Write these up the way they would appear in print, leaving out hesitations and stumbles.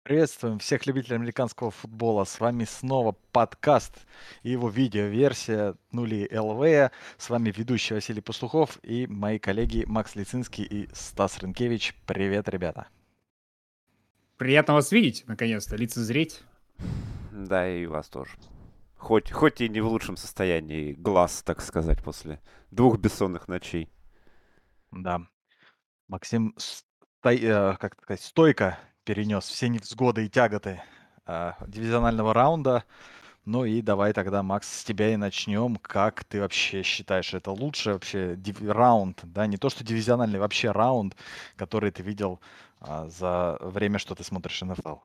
Приветствуем всех любителей американского футбола. С вами снова подкаст и его видеоверсия «Нули ЛВ». С вами ведущий Василий Пастухов и мои коллеги Макс Лицинский и Стас Рынкевич. Привет, ребята. Приятно вас видеть, наконец-то, лицезреть. Да, и вас тоже. Хоть и не в лучшем состоянии глаз, так сказать, после 2 бессонных ночей. Да, Максим как сказать, стойко перенес все невзгоды и тяготы дивизионального раунда. Ну и давай тогда, Макс, с тебя и начнем. Как ты вообще считаешь, это лучший вообще раунд, да, не то что дивизиональный, вообще раунд, который ты видел за время, что ты смотришь НФЛ?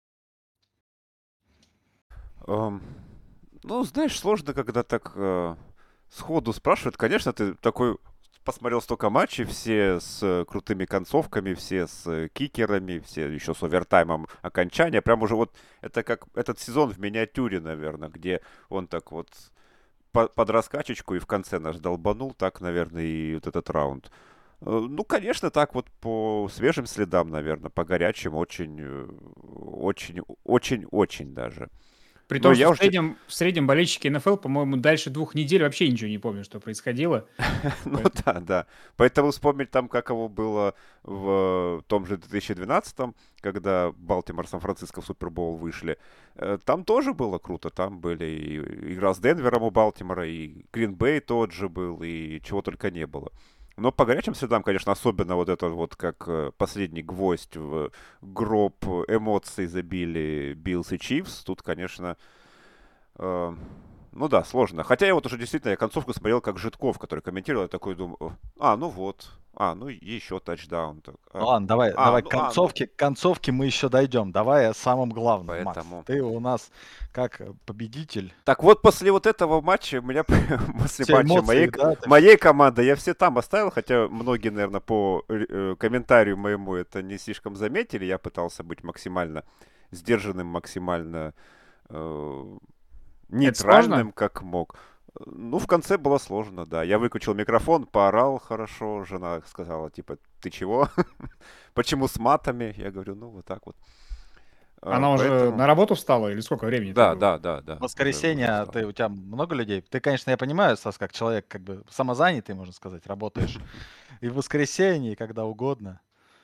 Эм, ну, знаешь, сложно, когда так сходу спрашивают. Конечно, ты такой посмотрел столько матчей, все с крутыми концовками, все с кикерами, все еще с овертаймом окончания. Прям уже вот это как этот сезон в миниатюре, наверное, где он так вот под раскачечку и в конце наш долбанул, так, наверное, и вот этот раунд. Ну, конечно, так вот по свежим следам, наверное, по горячим очень, очень, очень, очень даже. При Но том, что я в уже, среднем, в среднем болельщики НФЛ, по-моему, дальше 2 недель вообще ничего не помнят, что происходило. ну Пое- да, да. Поэтому вспомнить там, каково было в том же 2012-м, когда Балтимор, Сан-Франциско в Супербоул вышли. Там тоже было круто. Там были и игра с Денвером у Балтимора, и Грин-Бэй тот же был, и чего только не было. Но по горячим следам, конечно, особенно вот это вот как последний гвоздь в гроб эмоций забили Биллс и Чивс. Тут, конечно, Э, ну да, сложно. Хотя я вот уже действительно, я концовку смотрел как Житков, который комментировал, я такой думаю, ну вот, ну еще тачдаун. Так, Ну ладно, давай ну, к концовке мы еще дойдем. Давай о самом главном, Макс. поэтому. Ты у нас как победитель. Так вот, после вот этого матча, у меня после Все матча эмоции, да, ты моей команды я все там оставил, хотя многие, наверное, по комментарию моему это не слишком заметили. Я пытался быть максимально сдержанным, максимально э, Это сложно? нейтральным, как мог. Ну, в конце было сложно, да. Я выключил микрофон, поорал хорошо. Жена сказала, типа, ты чего? Почему с матами? Я говорю, ну, вот так вот. Она уже Поэтому, на работу встала или сколько времени это да, было? да, да, да, уже воскресенье, встал. у тебя много людей? Ты, конечно, я понимаю, Стас, как человек как бы самозанятый, можно сказать, работаешь и в воскресенье, и когда угодно.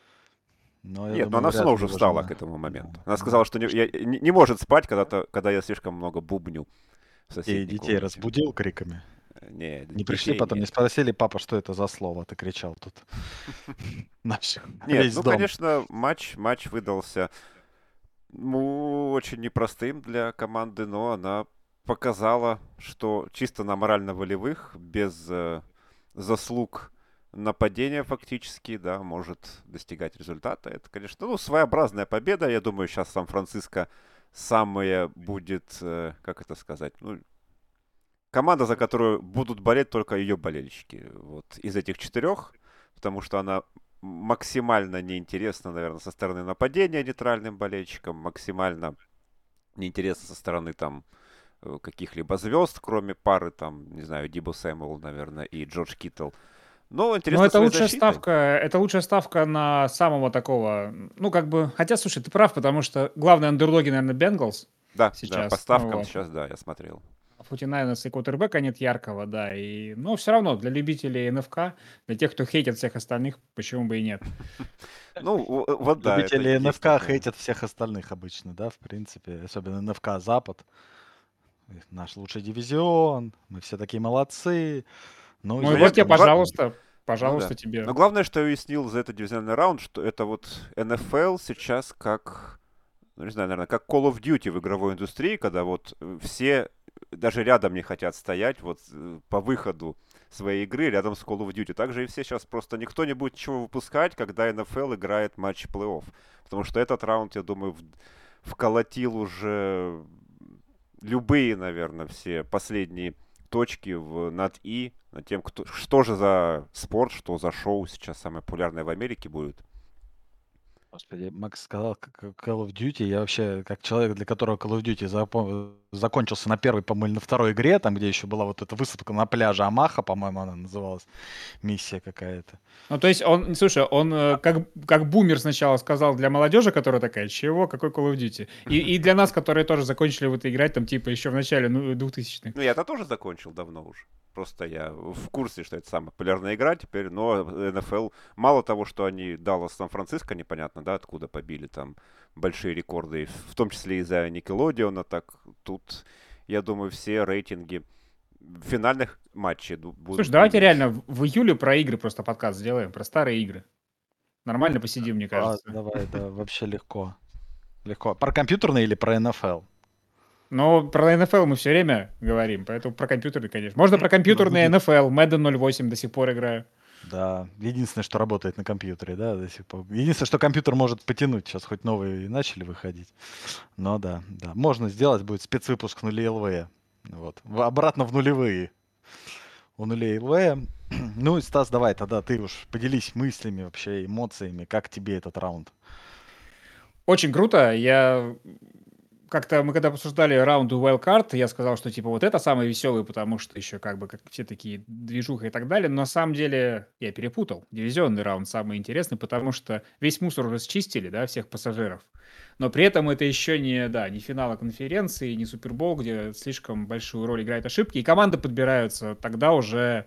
Но я Нет, но думаю, она все вряд равно ли уже его встала к жена. этому Да, моменту. Она да. сказала, что не может спать, когда я слишком много бубню в И соседней детей комнате. разбудил криками. Не, Не пришли детей потом, не нет. спросили, папа, что это за слово? Ты кричал тут на Нет, весь ну, дом. конечно, матч выдался. Ну, очень непростым для команды, но она показала, что чисто на морально-волевых, без заслуг нападения фактически, да, может достигать результата. Это, конечно, ну, своеобразная победа. Я думаю, сейчас Сан-Франциско самая будет, как это сказать, ну, команда, за которую будут болеть только ее болельщики. Вот из этих 4, потому что она максимально неинтересна, наверное, со стороны нападения нейтральным болельщикам, максимально неинтересно со стороны там каких-либо звезд, кроме пары там, не знаю, Дибо Сэмюэл, наверное, и Джордж Киттл. Но Но интересно своей защитой. это лучшая ставка на самого такого, ну, как бы, хотя, слушай, ты прав, потому что главные андерлоги, наверное, Бенгалс Да, да, по сейчас, ставкам вот. сейчас, да, я смотрел. А Футинайнес и квотербека нет яркого, да, но все равно для любителей НФК, для тех, кто хейтит всех остальных, почему бы и нет. Ну, вот да, это Любители есть НФК такое. хейтят всех остальных обычно, да, в принципе. Особенно НФК Запад. Наш лучший дивизион. Мы все такие молодцы. Ну, Ну и Но вот есть, тебе, конечно. ну да. пожалуйста, Но тебе. главное, что я уяснил за этот дивизионный раунд, что это вот НФЛ сейчас как, ну не знаю, наверное, как Call of Duty в игровой индустрии, когда вот все даже рядом не хотят стоять вот по выходу своей игры рядом с Call of Duty. Также и все сейчас просто никто не будет ничего выпускать, когда НФЛ играет матч плей-офф. Потому что этот раунд, я думаю, вколотил уже любые, наверное, все последние точки над «и», над тем, что же за спорт, что за шоу сейчас самое популярное в Америке будет. Господи, Макс сказал Call of Duty. Я вообще, как человек, для которого Call of Duty закончился на первой, по-моему, на второй игре, там, где еще была вот эта высадка на пляже Амаха, по-моему, она называлась, миссия какая-то. Ну, то есть он, слушай, он как бумер сначала сказал для молодежи, которая такая, чего, какой Call of Duty? И для нас, которые тоже закончили в это играть, там, типа, еще в начале 2000-х. Ну, я-то тоже закончил давно уже. Просто я в курсе, что это самая популярная игра теперь, но НФЛ, мало того, что они Даллас, Сан-Франциско, непонятно, да, откуда побили там большие рекорды, в том числе из-за Никелодеона, так тут, я думаю, все рейтинги финальных матчей будут Слушай, не давайте меньше. реально в июле про игры просто подкаст сделаем, про старые игры. Нормально посидим, мне кажется. Давай, да, вообще легко. Легко. Про компьютерные или про НФЛ? Но про НФЛ мы все время говорим, поэтому про компьютерный, конечно. Можно про компьютерный будет. НФЛ, Madden 08 до сих пор играю. Да, единственное, что работает на компьютере, да, до сих пор. Единственное, что компьютер может потянуть. Сейчас хоть новые и начали выходить. Но да, да. Можно сделать, будет спецвыпуск нулей ЛВ. Вот. Обратно в нулевые. У нулей ЛВ. Ну и, Стас, давай тогда ты уж поделись мыслями вообще, эмоциями. Как тебе этот раунд? Очень круто. Как-то мы когда обсуждали раунды Wildcard, я сказал, что типа вот это самый веселый, потому что еще как бы как все такие движуха и так далее. Но на самом деле я перепутал. Дивизионный раунд самый интересный, потому что весь мусор уже счистили, да, всех пассажиров. Но при этом это еще не, да, не финала конференции, не Супербол, где слишком большую роль играют ошибки. И команды подбираются тогда уже,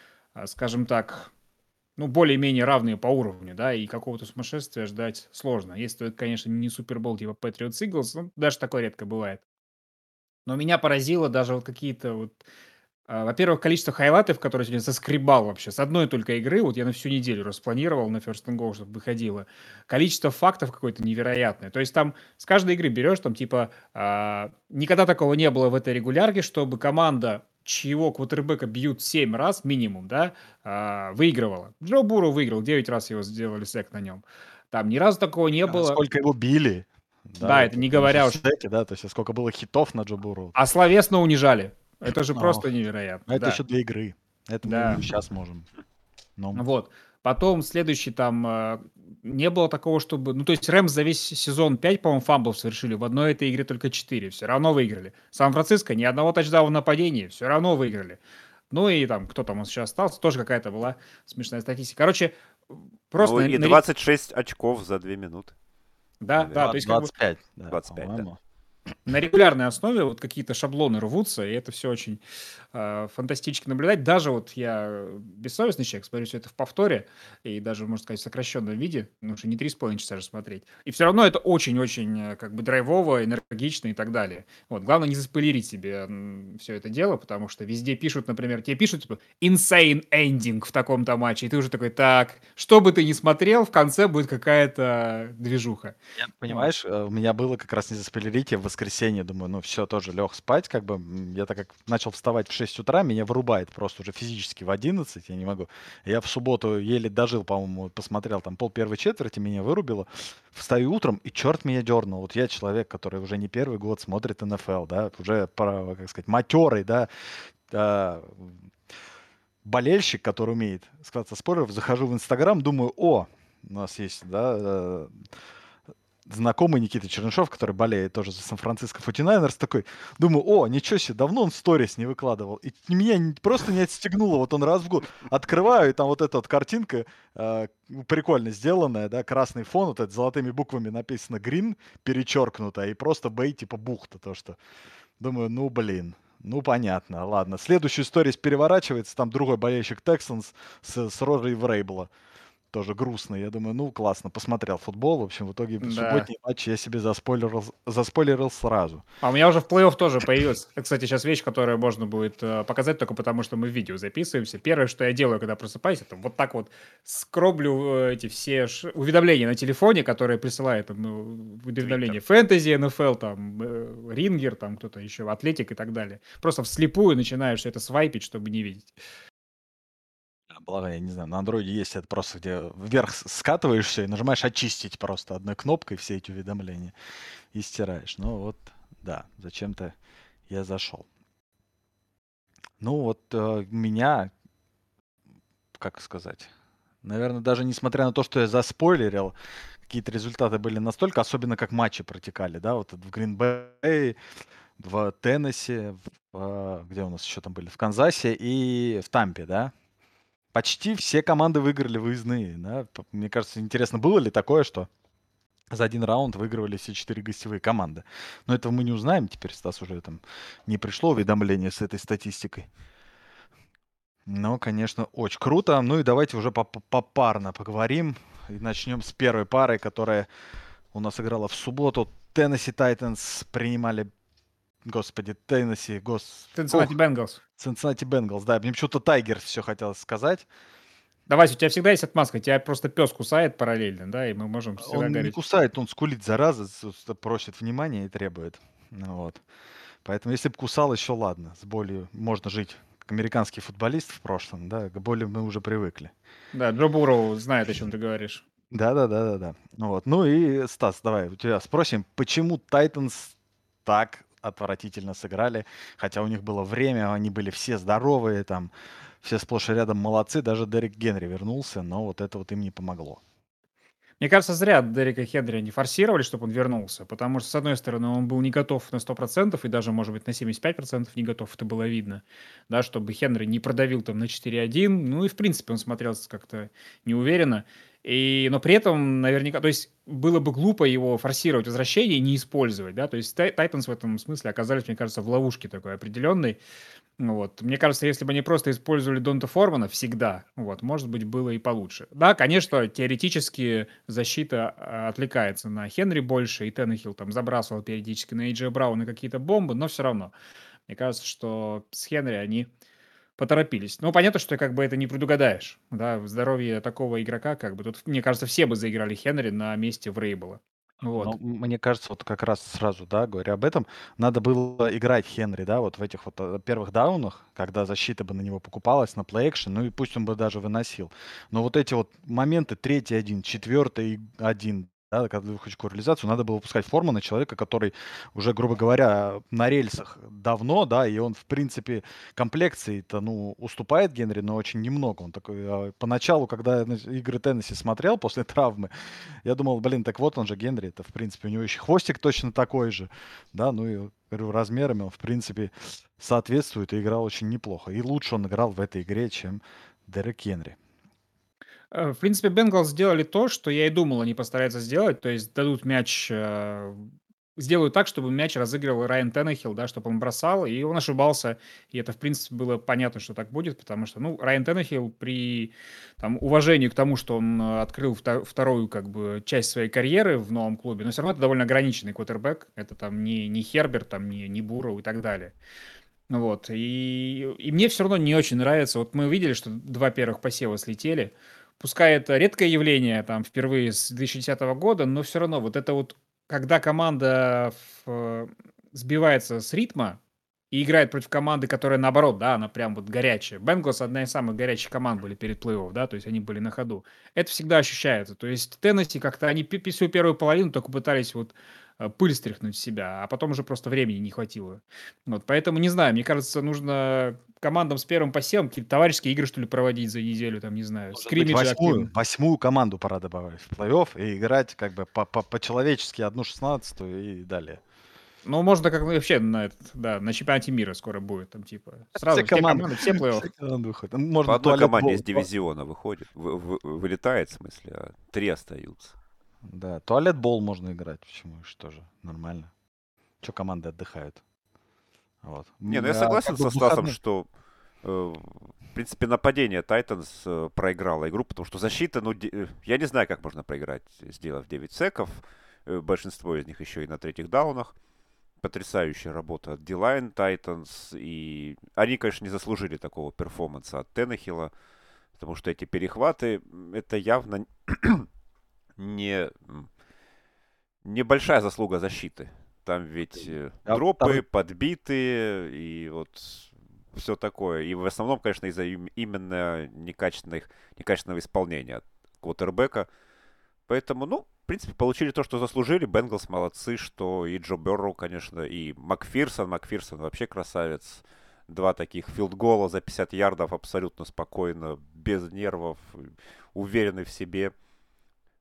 скажем так, ну, более-менее равные по уровню, да, и какого-то сумасшествия ждать сложно. Если это, конечно, не Супербол типа Patriots Eagles, ну, даже такое редко бывает. Но меня поразило даже вот какие-то вот, во-первых, количество хайлайтов, которые сегодня соскребал вообще с одной только игры, вот я на всю неделю распланировал на First and Go, чтобы выходило. Количество фактов какое-то невероятное. То есть там с каждой игры берешь, там типа, никогда такого не было в этой регулярке, чтобы команда, чьего квотербека бьют 7 раз минимум, да, выигрывала. Джо Буру выиграл, 9 раз его сделали сек на нем. Там ни разу такого не было. Сколько его били? Да, Да, вот это не именно говоря в уж. стеке, да, то есть сколько было хитов на Джо Бурроу. А словесно унижали. Это же Ох, просто ну невероятно, это да. еще для игры. Это мы Да. сейчас можем. Ну, Вот. Потом следующий там не было такого, чтобы... Ну, то есть Рэмс за весь сезон 5, по-моему, фамблов совершили. В одной этой игре только 4. Все равно выиграли. Сан-Франциско ни одного тачдауна в нападении. Все равно выиграли. Ну и там, кто там сейчас остался, тоже какая-то была смешная статистика. Короче, Ну просто... и 26 очков за 2 минуты, Да, да, то наверное. есть как бы 25, да, 25, да. по-моему. на регулярной основе вот какие-то шаблоны рвутся, и это все очень фантастически наблюдать. Даже вот я бессовестный человек, смотрю все это в повторе, и даже, можно сказать, в сокращенном виде, потому что не 3,5 часа же смотреть. И все равно это очень-очень как бы драйвово, энергично и так далее. Вот, главное не заспойлерить себе все это дело, потому что везде пишут, например, тебе пишут, типа, insane ending в таком-то матче, и ты уже такой, так, что бы ты ни смотрел, в конце будет какая-то движуха. Я, Вот. понимаешь, у меня было как раз не заспойлерить, я в воскресенье думаю, ну все, тоже лег спать, как бы, я так как начал вставать в 6 утра, меня вырубает просто уже физически в 11, я не могу. Я в субботу еле дожил, по-моему, посмотрел там пол первой четверти, меня вырубило. Встаю утром, и черт меня дернул. Вот я человек, который уже не первый год смотрит НФЛ, да, уже, как сказать, матерый, да, а, болельщик, который умеет скрываться спойлеров, захожу в Инстаграм, думаю, о, у нас есть, да, знакомый Никита Чернышов, который болеет тоже за Сан-Франциско 49 такой, думаю, о, ничего себе, давно он сторис не выкладывал. И меня просто не отстегнуло, вот он раз в год. Открываю, и там вот эта вот картинка, прикольно сделанная, да, красный фон, вот это золотыми буквами написано green, перечеркнуто, и просто бей, типа бухта, то что. Думаю, ну, блин. Ну, понятно, ладно. Следующий сторис переворачивается, там другой болельщик Texans с рожей Врейбла. Тоже грустно. Я думаю, ну, классно, посмотрел футбол. В общем, в итоге Да. субботний матч я себе заспойлерил сразу. А у меня уже в плей-офф тоже появилась, кстати, сейчас вещь, которую можно будет показать только потому, что мы видео записываемся. Первое, что я делаю, когда просыпаюсь, это вот так вот скроблю эти все уведомления на телефоне, которые присылают там, уведомления фэнтези, НФЛ, там, Рингер, там кто-то еще, Атлетик и так далее. Просто вслепую начинаешь все это свайпить, чтобы не видеть. Благо, я не знаю, на андроиде есть это просто, где вверх скатываешься и нажимаешь очистить просто одной кнопкой все эти уведомления и стираешь. Ну вот, да, зачем-то я зашел. Ну вот меня, как сказать, наверное, даже несмотря на то, что я заспойлерил, какие-то результаты были настолько, особенно как матчи протекали, да, вот в Грин-Бэй, в Теннесси, где у нас еще там были, в Канзасе и в Тампе, да. Почти все команды выиграли выездные, да. Мне кажется, интересно, было ли такое, что за один раунд выигрывали все 4 гостевые команды. Но этого мы не узнаем теперь, Стас, уже там не пришло уведомление с этой статистикой. Но, конечно, очень круто. Ну и давайте уже попарно поговорим. И начнем с первой пары, которая у нас играла в субботу. Теннесси Тайтанс принимали, Теннесси, Cincinnati Bengals. Cincinnati Bengals, да. Мне почему-то Тайгер все хотел сказать. Давай, у тебя всегда есть отмазка, тебя просто пес кусает параллельно, да, и мы можем всегда Он не говорить. кусает, он скулит, зараза, просит внимания и требует. Ну вот. Поэтому если бы кусал, еще ладно. С болью можно жить. Как американский футболист в прошлом, да, к боли мы уже привыкли. Да, Джо Бурроу знает, о чем ты говоришь. Да. Ну вот. Ну и, Стас, давай у тебя спросим, почему Тайтанс так отвратительно сыграли, хотя у них было время, они были все здоровые, там, все сплошь и рядом молодцы, даже Дерек Генри вернулся, но вот это вот им не помогло. Мне кажется, зря Дерека Хенри не форсировали, чтобы он вернулся, потому что, с одной стороны, он был не готов на 100% и даже, может быть, на 75% не готов, это было видно, да, чтобы Хенри не продавил там на 4-1, ну и, в принципе, он смотрелся как-то неуверенно, но при этом наверняка, то есть было бы глупо его форсировать возвращение и не использовать, да, то есть Тайтанс в этом смысле оказались, мне кажется, в ловушке такой определенной. Вот. Мне кажется, если бы они просто использовали Донта Формана всегда, вот, может быть, было и получше. Да, конечно, теоретически защита отвлекается на Хенри больше, и Теннехилл там забрасывал периодически на Эйджи Брауна какие-то бомбы, но все равно. Мне кажется, что с Хенри они поторопились. Ну, понятно, что как бы это не предугадаешь, да, в здоровье такого игрока, как бы тут, мне кажется, все бы заиграли Хенри на месте Врейбла. Но Вот. мне кажется, вот как раз сразу, да, говоря об этом, надо было играть Хенри, да, вот в этих вот первых даунах, когда защита бы на него покупалась, на плей-экшен, ну и пусть он бы даже выносил. Но вот эти вот моменты, 3-1, 4-1, да, когда двухочковую реализацию, надо было выпускать Формана, человека, который уже, грубо говоря, на рельсах давно, да, и он, в принципе, комплекции-то, ну, уступает Генри, но очень немного. Он такой, поначалу, когда я игры Теннесси смотрел после травмы, я думал, блин, так вот он же Генри, это, в принципе, у него еще хвостик точно такой же, да, ну и, говорю, размерами он, в принципе, соответствует и играл очень неплохо. И лучше он играл в этой игре, чем Дерек Генри. В принципе, Бенгалс сделали то, что я и думал, они постараются сделать. То есть дадут мяч, сделают так, чтобы мяч разыгрывал Райан Теннехилл, да, чтобы он бросал, и он ошибался. И это, в принципе, было понятно, что так будет, потому что, ну, Райан Теннехилл при там, уважении к тому, что он открыл вторую как бы часть своей карьеры в новом клубе, но все равно это довольно ограниченный квотербек. Это там не Херберт, там не Бурроу и так далее. Вот. И мне все равно не очень нравится. Вот мы увидели, что 2 первых посева слетели. Пускай это редкое явление, там, впервые с 2010 года, но все равно вот это вот, когда команда сбивается с ритма и играет против команды, которая наоборот, да, она прям вот горячая. Бенглс одна из самых горячих команд были перед плей-офф, да, то есть они были на ходу. Это всегда ощущается. То есть Теннесси как-то, они всю первую половину только пытались вот пыль стряхнуть с себя, а потом уже просто времени не хватило. Вот, поэтому не знаю, мне кажется, нужно командам с первым посевом какие-то товарищеские игры, что ли, проводить за неделю, там, не знаю, Может быть, скриммиджи активно. восьмую команду пора добавить в плей-офф и играть как бы по-человечески 1/16 и далее. Ну, можно как вообще на этот, да, на чемпионате мира скоро будет, там, типа, Все сразу все команды, команды, все плей-офф. все команды выходят. Ну, По можно одной команде из туалет-бол. дивизиона выходит, вылетает, в смысле, а 3 остаются. Да, туалет-бол можно играть. Почему? Что же, нормально. Че команды отдыхают? Вот. Не, ну я согласен Как бы со в Стасом, выходные. что, в принципе, нападение Тайтанс проиграло игру, потому что защита, ну, я не знаю, как можно проиграть, сделав 9 секов. Большинство из них еще и на третьих даунах. Потрясающая работа от D-Line Titans. И они, конечно, не заслужили такого перформанса от Теннехилла, потому что эти перехваты, это явно небольшая заслуга защиты. Там ведь дропы, подбиты и вот все такое. И в основном, конечно, из-за именно некачественного исполнения от квотербека. Поэтому, ну, в принципе, получили то, что заслужили. Бенгалс молодцы, что и Джо Берроу, конечно, и Макферсон. Макферсон вообще красавец. 2 таких филд-гола за 50 ярдов абсолютно спокойно, без нервов, уверенный в себе.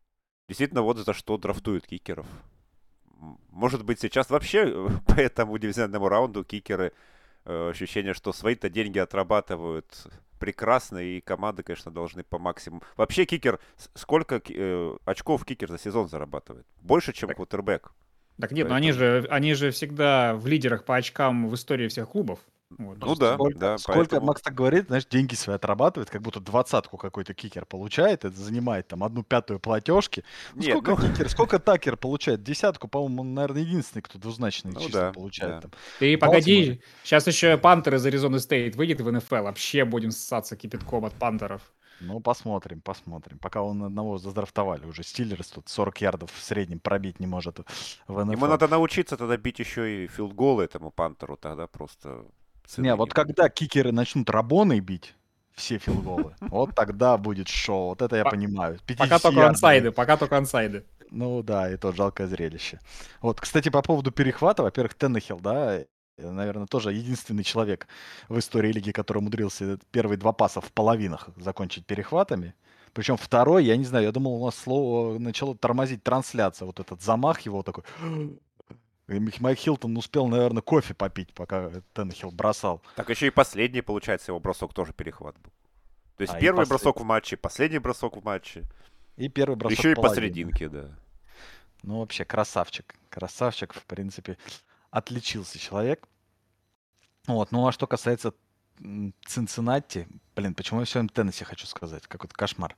действительно вот за что драфтуют кикеров. Может быть, сейчас вообще по этому дивизионному раунду кикеры ощущение, что свои-то деньги отрабатывают прекрасно, и команды, конечно, должны по максимуму. Вообще кикер, сколько очков кикер за сезон зарабатывает? Больше, чем Так, квотербек. так нет, но они Поэтому, же всегда в лидерах по очкам в истории всех клубов. Вот, то ну есть, да, Сколько, да, сколько поэтому... Макс так говорит, знаешь, деньги свои отрабатывает, как будто двадцатку какой-то кикер получает, это занимает там 1/5 платежки. Ну Нет, сколько ну, кикер, сколько такер получает? Десятку, по-моему, он, наверное, единственный, кто двузначные ну числа да, получает да. там. ты В Балтиморе. погоди, сейчас еще Пантер из Аризоны Стейт выйдет в НФЛ, вообще будем ссаться кипятком от Пантеров. Ну, посмотрим, посмотрим. Пока он одного задрафтовали уже. Стиллерс тут 40 ярдов в среднем пробить не может в Ему НФЛ. надо научиться тогда бить еще и филдголы этому Пантеру, тогда просто Не, цены не вот будет. когда кикеры начнут рабоной бить, все филголы, вот тогда будет шоу. Вот это я По- понимаю. Пока только 50-ярдовые. ансайды, пока только ансайды. Ну да, и то жалкое зрелище. Вот, кстати, по поводу перехвата, во-первых, Теннехилл, да, наверное, тоже единственный человек в истории лиги, который умудрился первые 2 паса в половинах закончить перехватами. Причем второй, я не знаю, я думал, у нас слово начало тормозить трансляция, вот этот замах его такой. И Майк Хилтон успел, наверное, кофе попить, пока Теннехилл бросал. Так еще и последний, получается, его бросок тоже перехват был. То есть А, первый бросок в матче, последний бросок в матче, и первый бросок еще и половины. посерединке, да. Ну, вообще, красавчик. Красавчик, в принципе, отличился человек. Вот, ну а что касается Цинциннати, блин, почему я все время Теннесси хочу сказать, какой-то кошмар.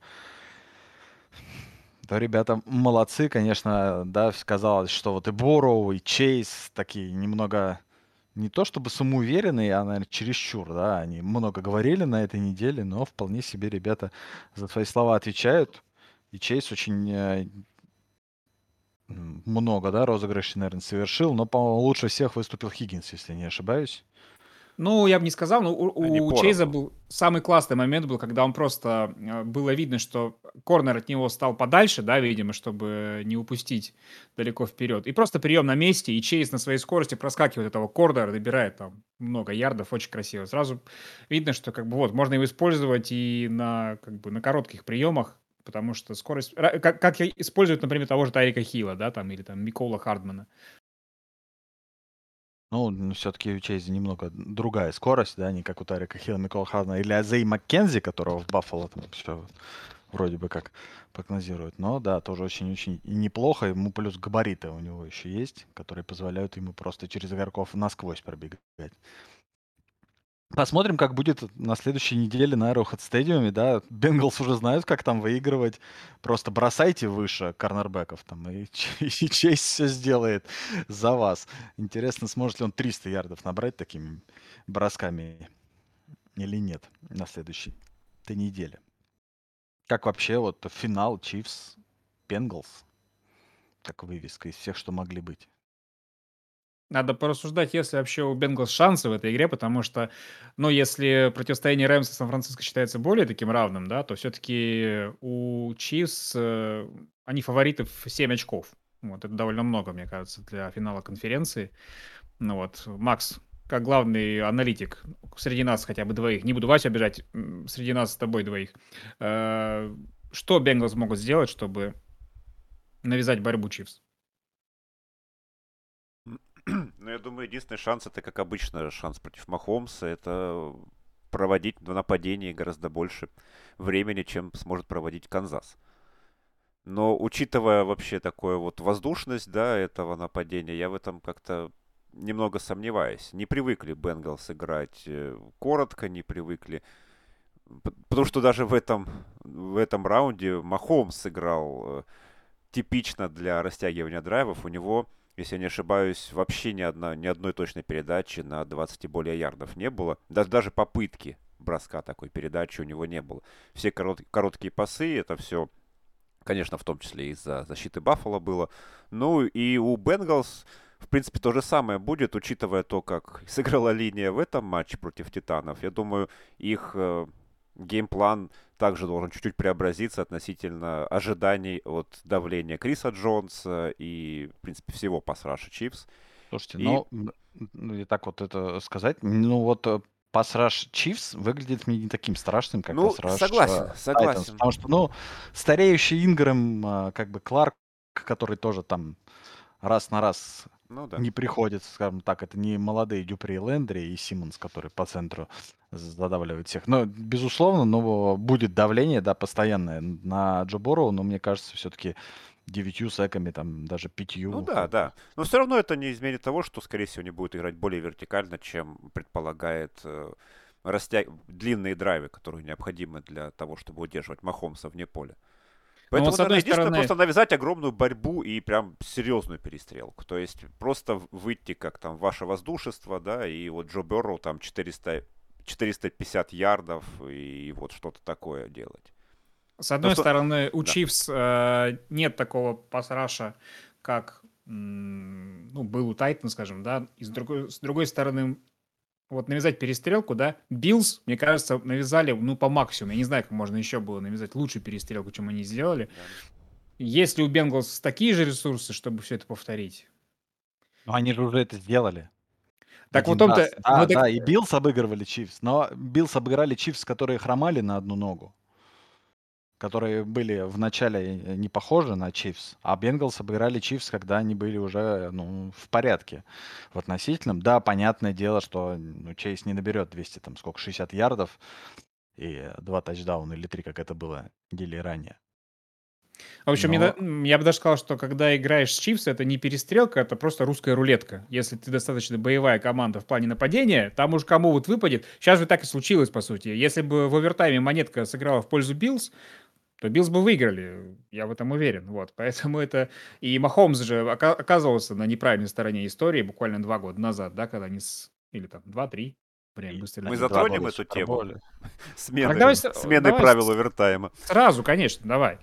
То ребята молодцы, конечно, да, казалось, что вот и Борроу, и Чейз такие немного, не то чтобы самоуверенные, а, наверное, чересчур, да, они много говорили на этой неделе, но вполне себе ребята за свои слова отвечают. И Чейз очень много, да, розыгрышей, наверное, совершил, но, по-моему, лучше всех выступил Хиггинс, если не ошибаюсь. Ну, я бы не сказал, но Они у Чейза поровну. был самый классный момент был, когда он просто было видно, что корнер от него стал подальше, да, видимо, чтобы не упустить далеко вперед. И просто прием на месте, и Чейз на своей скорости проскакивает этого корнера, набирает там много ярдов, очень красиво. Сразу видно, что как бы вот можно его использовать и на как бы на коротких приемах, потому что скорость, как используют, например, того же Тайрика Хилла, да, там или там Микола Хардмана. Ну, все-таки у Чейза немного другая скорость, да, не как у Тарика Хилла, Микола Хардмана или Азей Маккензи, которого в Баффало там все вроде бы как прогнозируют. Но да, тоже очень-очень неплохо. Ему плюс габариты у него еще есть, которые позволяют ему просто через игроков насквозь пробегать. Посмотрим, как будет на следующей неделе на Arrowhead Stadium, да. Бенгалс уже знают, как там выигрывать. Просто бросайте выше корнербеков там, и, и Чейз все сделает за вас. Интересно, сможет ли он 300 ярдов набрать такими бросками или нет на следующей этой неделе. Как вообще вот финал Chiefs Бенгалс, как вывеска из всех, что могли быть. Надо порассуждать, есть ли вообще у Бенгалс шансы в этой игре, потому что, ну, если противостояние Рэмс и Сан-Франциско считается более таким равным, да, то все-таки у Чивс они фавориты в 7 очков. Вот, это довольно много, мне кажется, для финала конференции. Ну вот, Макс, как главный аналитик среди нас хотя бы двоих, не буду Васю обижать, среди нас с тобой двоих, э, что Бенгалс могут сделать, чтобы навязать борьбу Чивс? Ну, я думаю, единственный шанс, это, как обычно, шанс против Махомса, это проводить в нападении гораздо больше времени, чем сможет проводить Канзас. Но учитывая вообще такую вот воздушность, да, этого нападения, я в этом как-то немного сомневаюсь. Не привыкли Бенгалс играть коротко, не привыкли. Потому что даже в этом раунде Махомс сыграл типично для растягивания драйвов. У него, если я не ошибаюсь, вообще ни одной точной передачи на 20 и более ярдов не было. Даже попытки броска такой передачи у него не было. Все короткие пасы, это все, конечно, в том числе из-за защиты Баффало было. Ну и у Бенгалс, в принципе, то же самое будет, учитывая то, как сыграла линия в этом матче против Титанов. Я думаю, их геймплан также должен чуть-чуть преобразиться относительно ожиданий от давления Криса Джонса и, в принципе, всего пас-раша Чифс. Слушайте, И ну, и так вот это сказать, ну вот пас-раш Chiefs выглядит мне не таким страшным, как Ну, пас-раш согласен, Titans. согласен. Потому что, ну, стареющий Ингрэм, как бы Кларк, который тоже там раз на раз Ну да. не приходит, скажем так, это не молодые Дюпри и Лендри и Симмонс, которые по центру задавливают всех. Но, безусловно, будет давление, да, постоянное на Джо Борроу, но мне кажется, все-таки 9 секами, там, даже 5, Ну да, как бы. да. Но все равно это не изменит того, что, скорее всего, не будет играть более вертикально, чем предполагает длинные драйвы, которые необходимы для того, чтобы удерживать Махомса вне поля. Ну вот Поэтому, с одной наверное, единственное, стороны, просто навязать огромную борьбу и прям серьезную перестрелку. То есть просто выйти как там ваше воздушество, да, и вот Джо Берроу там 450 ярдов и вот что-то такое делать. с Ну одной что, стороны, у да. Chiefs нет такого пас-раша, как ну, был у Тайтан, скажем, да. И с другой стороны, вот навязать перестрелку, да. Биллс, мне кажется, навязали, ну, по максимуму. Я не знаю, как можно еще было навязать лучшую перестрелку, чем они сделали. Да. Есть ли у Бенгалс такие же ресурсы, чтобы все это повторить? Но они же уже это сделали Так вот один том-то... раз. Ну, Да, так, да, и Биллс обыгрывали Чивс, но Биллс обыграли Чивс, которые хромали на одну ногу, которые были в начале не похожи на Чивс, а Бенгалс обыграли Чивс, когда они были уже, ну, в порядке в относительном. Да, понятное дело, что Чейз не наберет 200, там, сколько, 60 ярдов и 2 тачдауна или 3, как это было недели ранее. в общем, Но я бы даже сказал, что когда играешь с Chiefs, это не перестрелка, это просто русская рулетка. Если ты достаточно боевая команда в плане нападения, там уж кому вот выпадет. Сейчас же так и случилось, по сути. Если бы в овертайме монетка сыграла в пользу Биллс, то Биллс бы выиграли. Я в этом уверен. Вот. Поэтому это... И Махомс же оказывался на неправильной стороне истории буквально 2 года назад, да, когда они Или там 2-3. Время и быстро Мы они летит. 2 затронем года в эту тему Суперболе. Так давай, смены давай правил овертайма. сразу, конечно, давай.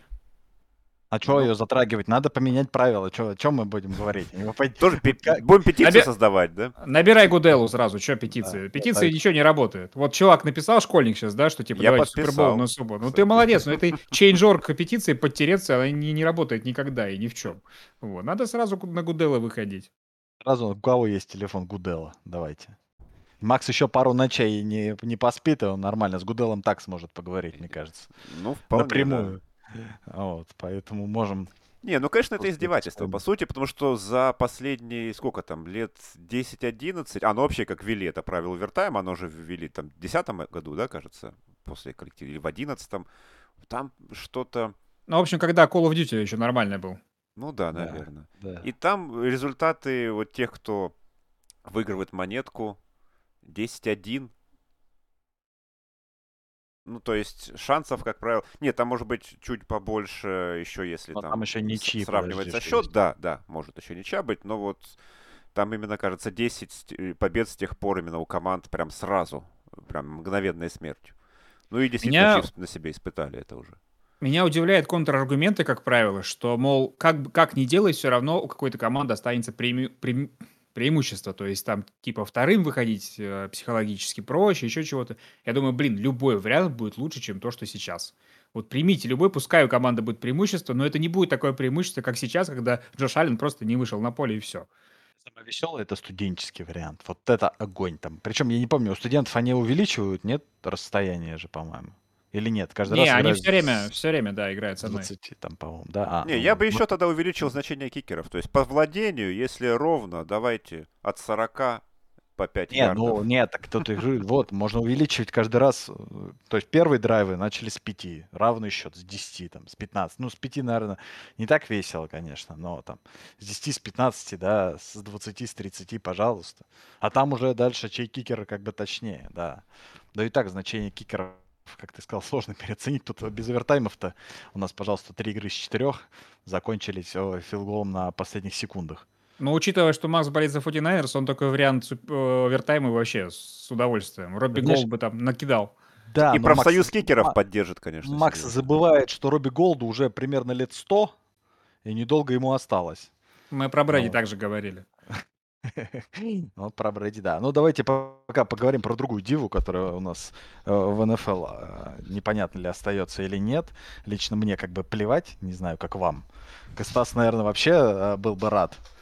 А что Ну, ее затрагивать? Надо поменять правила. Что мы будем говорить? тоже Вот как- будем петицию Наби- создавать, да? Набирай Гуделу сразу, что Да, петиции? да, Петиции ничего не работает. Вот чувак написал, школьник сейчас, да, что типа Я давайте Супербол подписал, на субботу. Ну ты кстати. молодец, но этой чейнджорк петиции подтереться, она не работает никогда и ни в чем. Вот. Надо сразу на Гудела выходить. Сразу у кого есть телефон Гудела? Давайте. Макс еще пару ночей не поспит, и он нормально с Гуделом так сможет поговорить, мне кажется. Ну, вполне, да. Напрямую. Вот, поэтому можем... Не, ну, конечно, это просто издевательство, по сути, потому что за последние, сколько там, лет 10-11, ну, вообще, как ввели это правило овертайма, оно же ввели там в 2010 году, да, кажется, после коллектива, или в 2011, там что-то, Ну, в общем, когда Call of Duty еще нормальный был. ну да, Да, наверное. да. И там результаты вот тех, кто выигрывает монетку, 10-1. Ну, то есть шансов, как правило... Нет, там может быть чуть побольше еще, если Но там там еще ничьи, сравнивается подожди, что счет. есть. Да, да, может еще ничья быть, но вот там именно, кажется, 10 побед с тех пор именно у команд прям сразу, прям мгновенной смертью. Ну и действительно, Меня, Чивс на себе испытали это уже. меня удивляют контраргументы, как правило, что, мол, как ни делай, все равно у какой-то команды останется преимущество. То есть там типа вторым выходить психологически проще, еще чего-то. Я думаю, блин, любой вариант будет лучше, чем то, что сейчас. Вот примите любой, пускай у команды будет преимущество, но это не будет такое преимущество, как сейчас, когда Джош Аллен просто не вышел на поле и все. Самое веселое — это студенческий вариант. Вот это огонь там. Причем, я не помню, у студентов они увеличивают, нет, расстояние же, по-моему? Или нет? Каждый Не, раз они играют все время, да, играют с с одной. 20, там, по-моему, да? Не, я бы еще тогда увеличил значение кикеров. То есть по владению, если ровно, давайте от 40 по 5 Не, ну ярдов. нет, так кто-то их же, вот, можно увеличивать каждый раз. То есть первые драйвы начали с 5, равный счет с 10, там, с 15. Ну, с 5, наверное, не так весело, конечно, но там с 10, с 15, да, с 20, с 30, пожалуйста. А там уже дальше чей кикер как бы точнее, да. Да и так значение кикера, как ты сказал, сложно переоценить. Тут без овертаймов-то у нас, пожалуйста, 3 игры из 4 закончились филголом на последних секундах. Но учитывая, что Макс болеет за 49ers, он такой вариант овертайма вообще с удовольствием. Робби Знаешь, Голд бы там накидал. да, И но Макс, профсоюз кикеров поддержит, конечно, Макс серьезно. забывает, что Робби Голду уже примерно лет 100, и недолго ему осталось. Мы про Брэди Вот. также говорили. Вот про Брэди, да. Ну, давайте пока поговорим про другую диву, которая у нас в НФЛ непонятно ли остается или нет. Лично мне как бы плевать, не знаю, как вам. Стас, наверное, вообще был бы рад,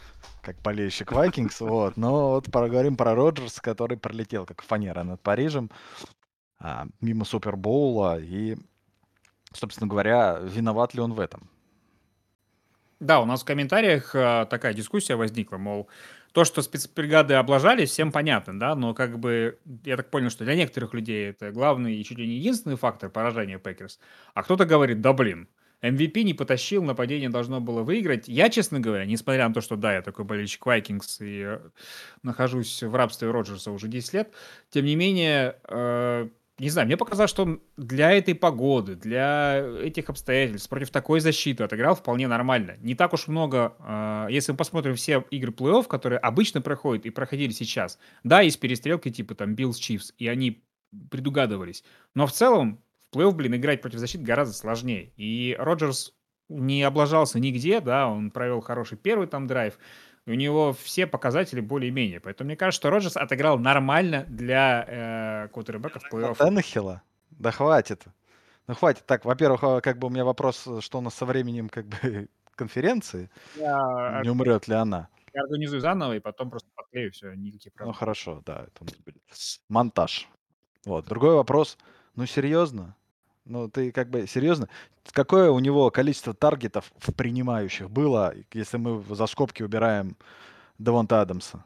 как болельщик Vikings, вот. Но вот поговорим про Роджерса, который пролетел как фанера над Парижем, мимо Супербоула. И, собственно говоря, виноват ли он в этом? Да, у нас в комментариях такая дискуссия возникла, мол, то, что спецбригады облажались, всем понятно, да, но как бы я так понял, что для некоторых людей это главный и чуть ли не единственный фактор поражения Пекерс, а кто-то говорит, да блин, MVP не потащил, нападение должно было выиграть. Я, честно говоря, несмотря на то, что да, я такой болельщик Vikings и нахожусь в рабстве Роджерса уже 10 лет, тем не менее, не знаю, мне показалось, что он для этой погоды, для этих обстоятельств, против такой защиты отыграл вполне нормально. Не так уж много, если мы посмотрим все игры плей-офф, которые обычно проходят и проходили сейчас, да, есть перестрелки типа там Биллс Чифс, и они предугадывались. Но в целом в плей-офф, блин, играть против защиты гораздо сложнее. И Роджерс не облажался нигде, да, он провел хороший первый там драйв, у него все показатели более-менее. Поэтому мне кажется, что Роджерс отыграл нормально для квотербека в плей-офф. Теннехилла? Да хватит. Ну хватит. Так, во-первых, как бы у меня вопрос, что у нас со временем как бы конференции, Я не умрет ли она? организую заново и потом просто подклею, все, никаких Ну проблем. хорошо, да, это у нас будет монтаж. Вот. Другой вопрос. Ну серьезно? Ну ты как бы серьезно? Какое у него количество таргетов в принимающих было, если мы за скобки убираем Девонта Адамса?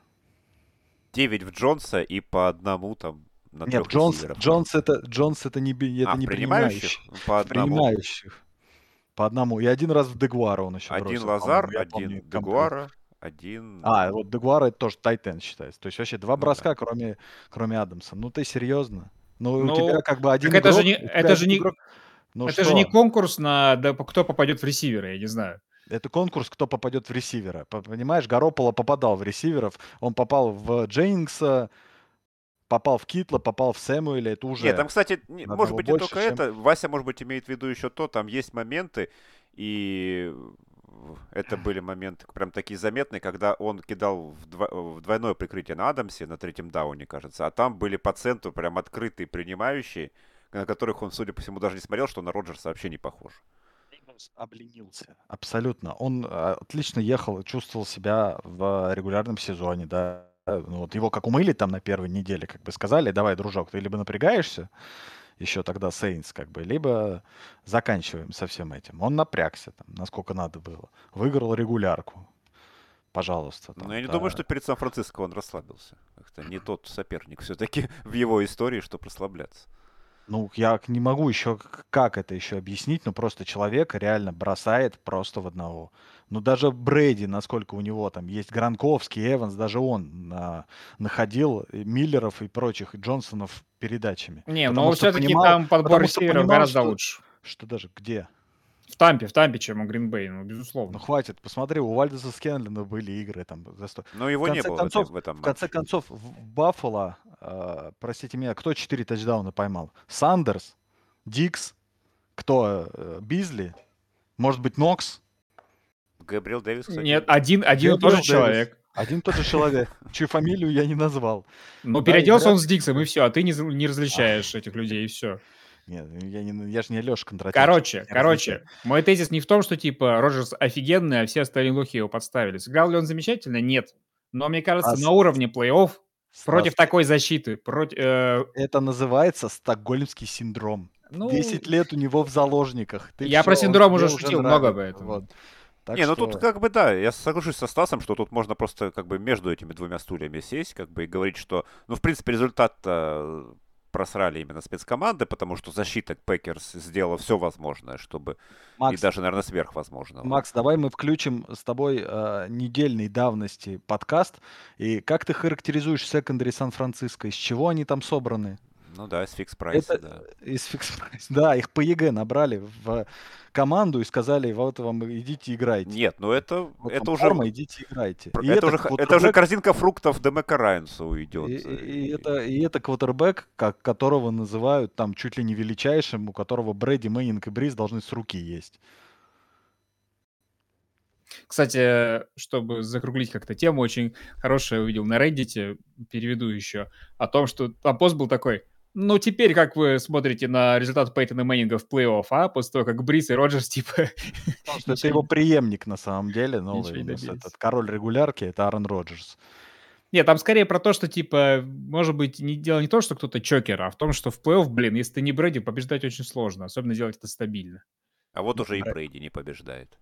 9 в Джонса и по одному там на Нет, 3 ресиверов. Джонс это это В не принимающих принимающий. по В одному. принимающих. По одному. И один раз в Дегуара он еще Один бросил, по-моему. Лазар, Я помню один комплект. Дегуара, один... Вот Дегуара это тоже тайтен считается. То есть вообще два Ну да. броска, кроме Адамса. Ну ты серьезно? Ну у тебя Ну, как бы так это же не, у тебя один игрок. Ну это же не что? конкурс на кто попадет в ресивера, я не знаю. Это конкурс, кто попадет в ресивера. Понимаешь, Гарополо попадал в ресиверов. Он попал в Дженнингса, попал в Китла, попал в Сэмуэля. Это Нет, там, уже кстати, на может одного быть не больше, только чем... это. Вася, может быть, имеет в виду еще то, там есть моменты, и это были моменты прям такие заметные, когда он кидал в двойное прикрытие на Адамсе, на третьем дауне, кажется, а там были по центру прям открытые принимающие, на которых он, судя по всему, даже не смотрел, что на Роджерса вообще не похож. Обленился. Абсолютно. Он отлично ехал и чувствовал себя в регулярном сезоне, да. Ну, вот его как умыли там на первой неделе, как бы сказали, давай, дружок, ты либо напрягаешься, еще тогда Сейнс, как бы, либо заканчиваем со всем этим. Он напрягся, там, насколько надо было. Выиграл регулярку. Пожалуйста, Но я там, не думаю, да. что перед Сан-Франциско он расслабился. Как-то не тот соперник все-таки в его истории, чтобы расслабляться. Ну, я не могу еще, как это еще объяснить, но просто человек реально бросает просто в одного. Ну, даже Брэди, насколько у него там есть Гранковский, Эванс, даже он находил Миллеров и прочих, и Джонсонов передачами. Не, но Потому что все-таки понимал, там подбор потому что ресиверов понимал, гораздо лучше. что даже где. В Тампе, чем у Гринбей, ну, Ну, безусловно. хватит, посмотри, у Вальдеса Скенлина были игры там за 100. Но В его не конце было концов, в этом в конце матче. концов, в Баффало, простите меня, кто 4 тачдауна поймал? Сандерс, Дикс, кто? Бизли? Может быть, Нокс? Габриэл Дэвис, Нет, кстати, один и тот же Гэбриэл Дэвис. человек. Один и тот же человек, чью фамилию я не назвал. Ну, Да, и переоделся вряд он ли с Диксом, и кто-то... все, а ты не А, различаешь этих людей, и все. Нет, я же не Леша Кондратьевич, чтобы не различать. Мой тезис не в том, что, типа, Роджерс офигенный, а все остальные лохи его подставили. Сыграл ли он замечательно? Нет. Но, мне кажется, на Стас, уровне плей-офф Стас, против такой защиты, это называется стокгольмский синдром. ну, 10 лет у него в заложниках. Ты я про все, он синдром тебе уже уже шутил много, нравится. Вот. поэтому. Так не, ну тут что... как бы да, я соглашусь со Стасом, что тут можно просто как бы между этими двумя стульями сесть, как бы и говорить, что, ну, в принципе, результат просрали именно спецкоманды, потому что защита Пекерс сделала все возможное, чтобы, и Макс, даже, наверное, сверхвозможного. Макс, давай мы включим с тобой недельной давности подкаст. И как ты характеризуешь секондари Сан-Франциско? Из чего они там собраны? Ну да, с фикс-прайса, Это да. из фикс-прайс. Да, их по ЕГЭ набрали в команду и сказали, вот вам идите играйте. Нет, ну это, Вот вам это уже, форма, идите играйте. И это это уже, это уже квотербек, корзинка фруктов Демека Райанса уйдет. и это квотербек, которого называют там чуть ли не величайшим, у которого Брэди, Мэннинг и Бриз должны с руки есть. Кстати, чтобы закруглить как-то тему, очень хорошее увидел на Reddit, переведу еще, о том, что там пост был такой: Ну, теперь как вы смотрите на результат Пейтона Мэннинга в плей-офф, после того, как Бриз и Роджерс, типа, Потому что это его преемник на самом деле, ничего новый. не У нас этот добились? король регулярки — это Аарон Роджерс. Нет, там скорее про то, что, типа, может быть, дело не то, что кто-то чокер, а в том, что в плей-офф, блин, если ты не Брэди, побеждать очень сложно, особенно делать это стабильно. А вот Ну, уже и Брейди не побеждает.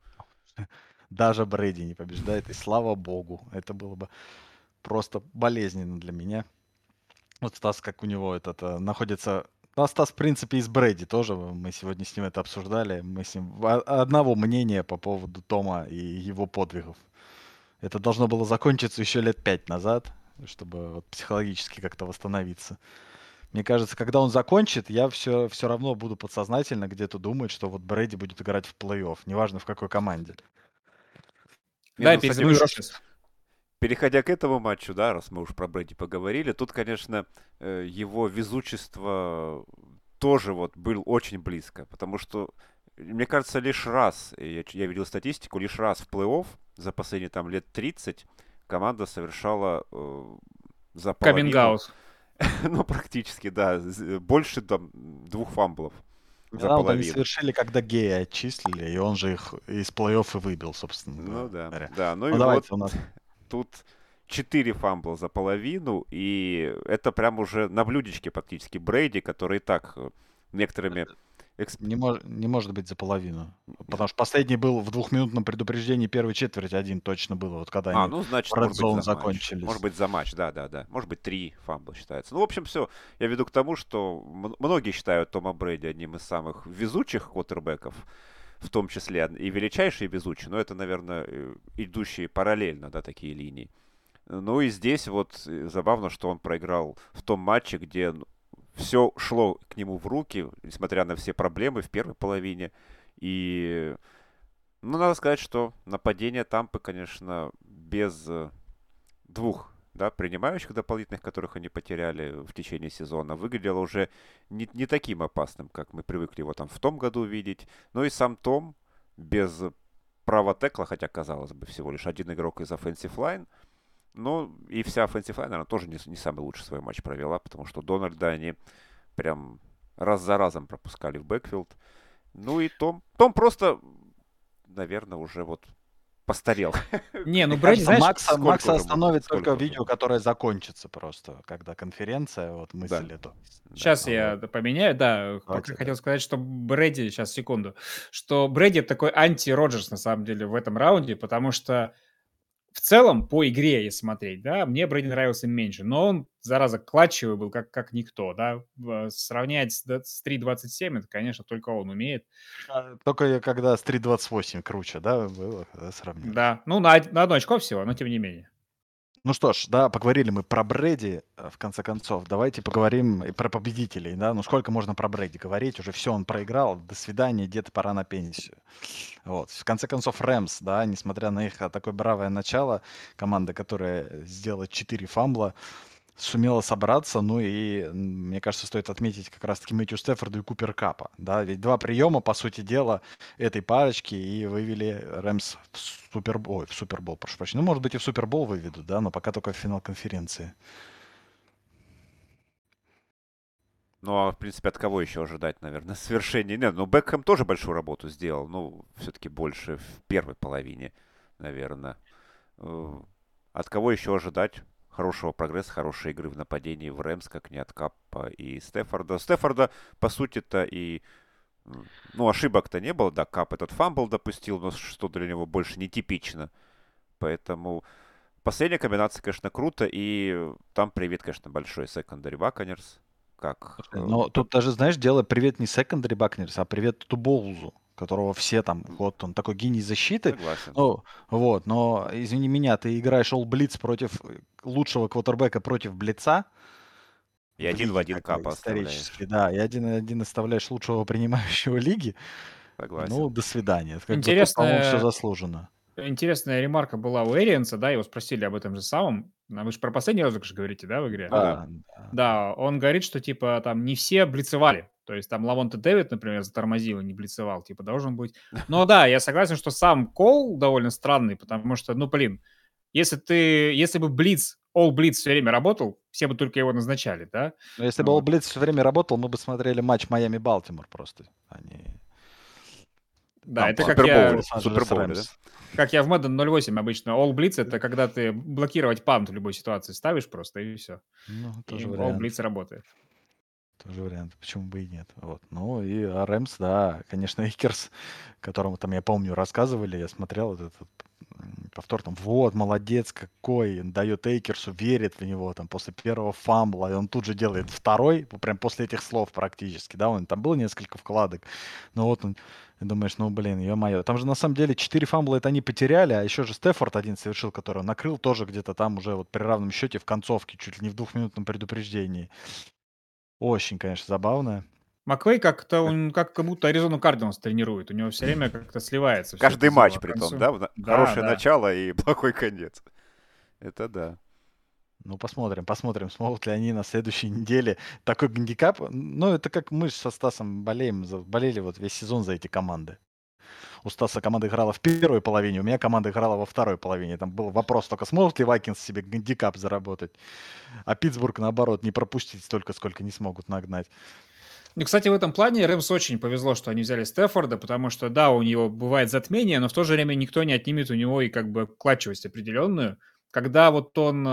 даже Брэди не побеждает, и слава богу. Это было бы просто болезненно для меня. Вот Стас, как у него находится... Ну, а Стас, в принципе, из Брэди тоже. Мы сегодня с ним это обсуждали. Мы с ним одного мнения по поводу Тома и его подвигов. Это должно было закончиться еще лет 5 назад, чтобы вот психологически как-то восстановиться. Мне кажется, когда он закончит, я все равно буду подсознательно где-то думать, что вот Брэди будет играть в плей-офф, неважно в какой команде. Не, Да, я ну, кстати, перезову Роджерс. переходя к этому матчу, да, раз мы уж про Брэди поговорили, тут, конечно, его везучество тоже вот был очень близко, потому что, мне кажется, лишь раз, я видел статистику, лишь раз в плей-офф за последние там лет 30 команда совершала за половину, Каминг-аут. ну, практически, да, больше там 2 фамблов за Раунд они половину. совершили, когда Гея отчислили, и он же их из плей-оффа и выбил, собственно Ну да, говоря. да, ну и Ну вот давайте у нас... тут 4 фамбла за половину, и это прям уже на блюдечке практически Брейди, который и так некоторыми... Не может быть за половину. Потому что последний был в 2-минутном предупреждении первой четверти, один точно было, вот когда они ну, в значит, Red может быть, Zone за матч. Может закончились. быть, за матч, да. Может быть, 3 фамбла считается. Ну, в общем, все. Я веду к тому, что многие считают Тома Брейди одним из самых везучих квотербеков, в том числе и величайший везучий, но это, наверное, идущие параллельно, да, такие линии. Ну и здесь вот забавно, что он проиграл в том матче, где все шло к нему в руки, несмотря на все проблемы в первой половине. И, ну, надо сказать, что нападение Тампы, конечно, без 2, да, принимающих дополнительных, которых они потеряли в течение сезона, выглядело уже не таким опасным, как мы привыкли его там в том году видеть. Ну и сам Том без права текла, хотя, казалось бы, всего лишь один игрок из offensive line. Ну, и вся offensive line, наверное, тоже не самый лучший свой матч провела, потому что Дональда они прям раз за разом пропускали в бэкфилд. Ну и Том просто, наверное, уже вот постарел. Не, ну Мне Брэди, кажется, знаешь, Сколько Макса уже можно? остановит только Сколько уже видео, можно? которое закончится просто, когда конференция, вот Да, мысль эту. да. сейчас я поменяю, да, пока Давайте, хотел сказать, что Брэди, сейчас, секунду, что Брэди такой анти-Роджерс, на самом деле, в этом раунде, потому что в целом, по игре, если смотреть, да, мне Брэди нравился меньше, но он, зараза, клатчевый был, как никто, да. Сравнять с 3.27, это, конечно, только он умеет. Только когда с 3.28 круче, да, было, когда сравнивать. Да, ну, на одно очко всего, но тем не менее. Ну что ж, да, поговорили мы про Брэди, в конце концов. Давайте поговорим и про победителей, да. Ну сколько можно про Брэди говорить? Уже все он проиграл. До свидания, где-то пора на пенсию. Вот. В конце концов, Рэмс, да, несмотря на их такое бравое начало, команда, которая сделала 4 фамбла, сумела собраться. Ну и, мне кажется, стоит отметить как раз-таки Мэтью Стефорда и Купер Капа. Да? Ведь 2 приема, по сути дела, этой парочки и вывели Рэмс в Супербол, прошу прощения. Ну, может быть, и в Супербол выведут, да, но пока только в финал конференции. Ну, а, в принципе, от кого еще ожидать, наверное, свершения? Нет, ну, Бекхэм тоже большую работу сделал, ну, все-таки больше в первой половине, наверное. От кого еще ожидать хорошего прогресса, хорошей игры в нападении в Рэмс, как не от Капа и Стефорда? Стефорда, по сути-то, и ну, ошибок-то не было, да, Кап этот фамбл допустил, но что для него больше нетипично. Поэтому последняя комбинация, конечно, круто, и там привет, конечно, большой секондари Buccaneers, как... Но тут даже, знаешь, дело привет не секондари Бакнерс, а привет Туболзу, которого все там, вот он такой гений защиты. Согласен. Ну, вот, но, извини меня, ты играешь All Blitz против лучшего квотербека против Блица И в один в лиге, один как бы, Капа исторически, оставляешь. да, и один оставляешь лучшего принимающего лиги, ну, Согласен. до свидания. Как бы тут, по-моему, все Интересная, заслуженно. интересная ремарка была у Эриенса, да, его спросили об этом же самом. Вы же про последний розыгрыш говорите, да, в игре? Ну да. Да, да. Да, он говорит, что, типа, там не все блицевали. То есть там Лавонте Дэвид, например, затормозил и не блицевал, типа, должен быть. Но да, я согласен, что сам кол довольно странный, потому что, ну, блин, если бы блиц All Blitz все время работал, все бы только его назначали, да? Но если бы All Вот. Blitz все время работал, мы бы смотрели матч Майами-Балтимор просто, а не Да, это Тампа, как я, В Лос-Анджелес Супербоуле, да? Рэмс. как я в Madden 08 обычно. All Blitz — это когда ты блокировать пант в любой ситуации ставишь просто, и все. Ну, И тоже All вариант. Blitz работает. Тоже вариант. Почему бы и нет? Вот. Ну и Рэмс, да, конечно, Эйкерс, которому там, я помню, рассказывали, я смотрел вот этот повтор, там, вот, молодец какой, он дает Эйкерсу, верит в него, там, после первого фамбла, и он тут же делает второй, прям после этих слов практически, да, там было несколько вкладок, но вот он, и думаешь, ну, блин, ё-моё, там же на самом деле 4 фамбла это они потеряли, а еще же Стефорд один совершил, который он накрыл тоже где-то там уже вот при равном счете в концовке, чуть ли не в 2-минутном предупреждении. Очень, конечно, забавно. Маквей как-то он как будто Аризону Кардиналс тренирует. У него все время как-то сливается все это Каждый матч дело к при том, концу. да? Да, Хорошее да. начало и плохой конец. Это да. Ну, посмотрим, смогут ли они на следующей неделе такой гандикап. Ну, это как мы со Стасом болели вот весь сезон за эти команды. У Стаса команда играла в первой половине, у меня команда играла во второй половине. Там был вопрос только, смогут ли Вайкинс себе гандикап заработать, а Питтсбург, наоборот, не пропустить столько, сколько не смогут нагнать. Ну, кстати, в этом плане Рэмс очень повезло, что они взяли Стефорда, потому что, да, у него бывает затмение, но в то же время никто не отнимет у него и как бы клатчевость определенную. Когда вот он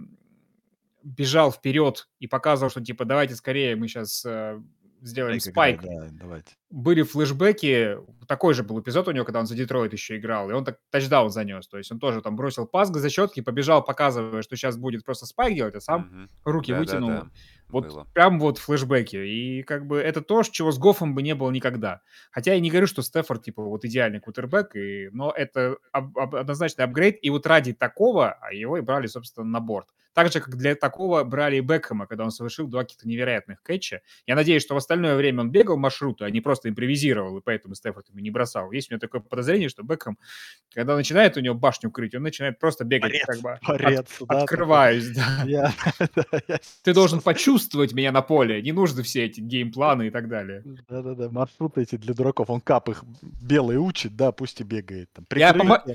бежал вперед и показывал, что типа давайте скорее мы сейчас сделаем Спайк играет, спайк, да, давайте. были флешбеки, такой же был эпизод у него, когда он за Детройт еще играл, и он так тачдаун занес, то есть он тоже там бросил пас к зачетке, побежал, показывая, что сейчас будет просто спайк делать, а сам Мгм. руки вытянул, Да-да-да, вот было. прям вот флешбеки, и как бы это то, чего с Гоффом бы не было никогда. Хотя я не говорю, что Стефорд типа вот идеальный кутербэк, но это однозначно апгрейд, и вот ради такого его и брали, собственно, на борт. Так же, как для такого брали и Бекхэма, когда он совершил два каких-то невероятных кэтча. Я надеюсь, что в остальное время он бегал маршруты, а не просто импровизировал, и поэтому Стефорд ему не бросал. Есть у меня такое подозрение, что Бекхэм, когда начинает у него башню крыть, он начинает просто бегать, как бы Борец, да, такой. открываюсь, да. Я, да, я Ты должен сейчас почувствовать меня на поле, не нужны все эти геймпланы и так далее. Да-да-да, маршруты эти для дураков. Он кап их белый учит, да, пусть и бегает. Там Я, прикрытие,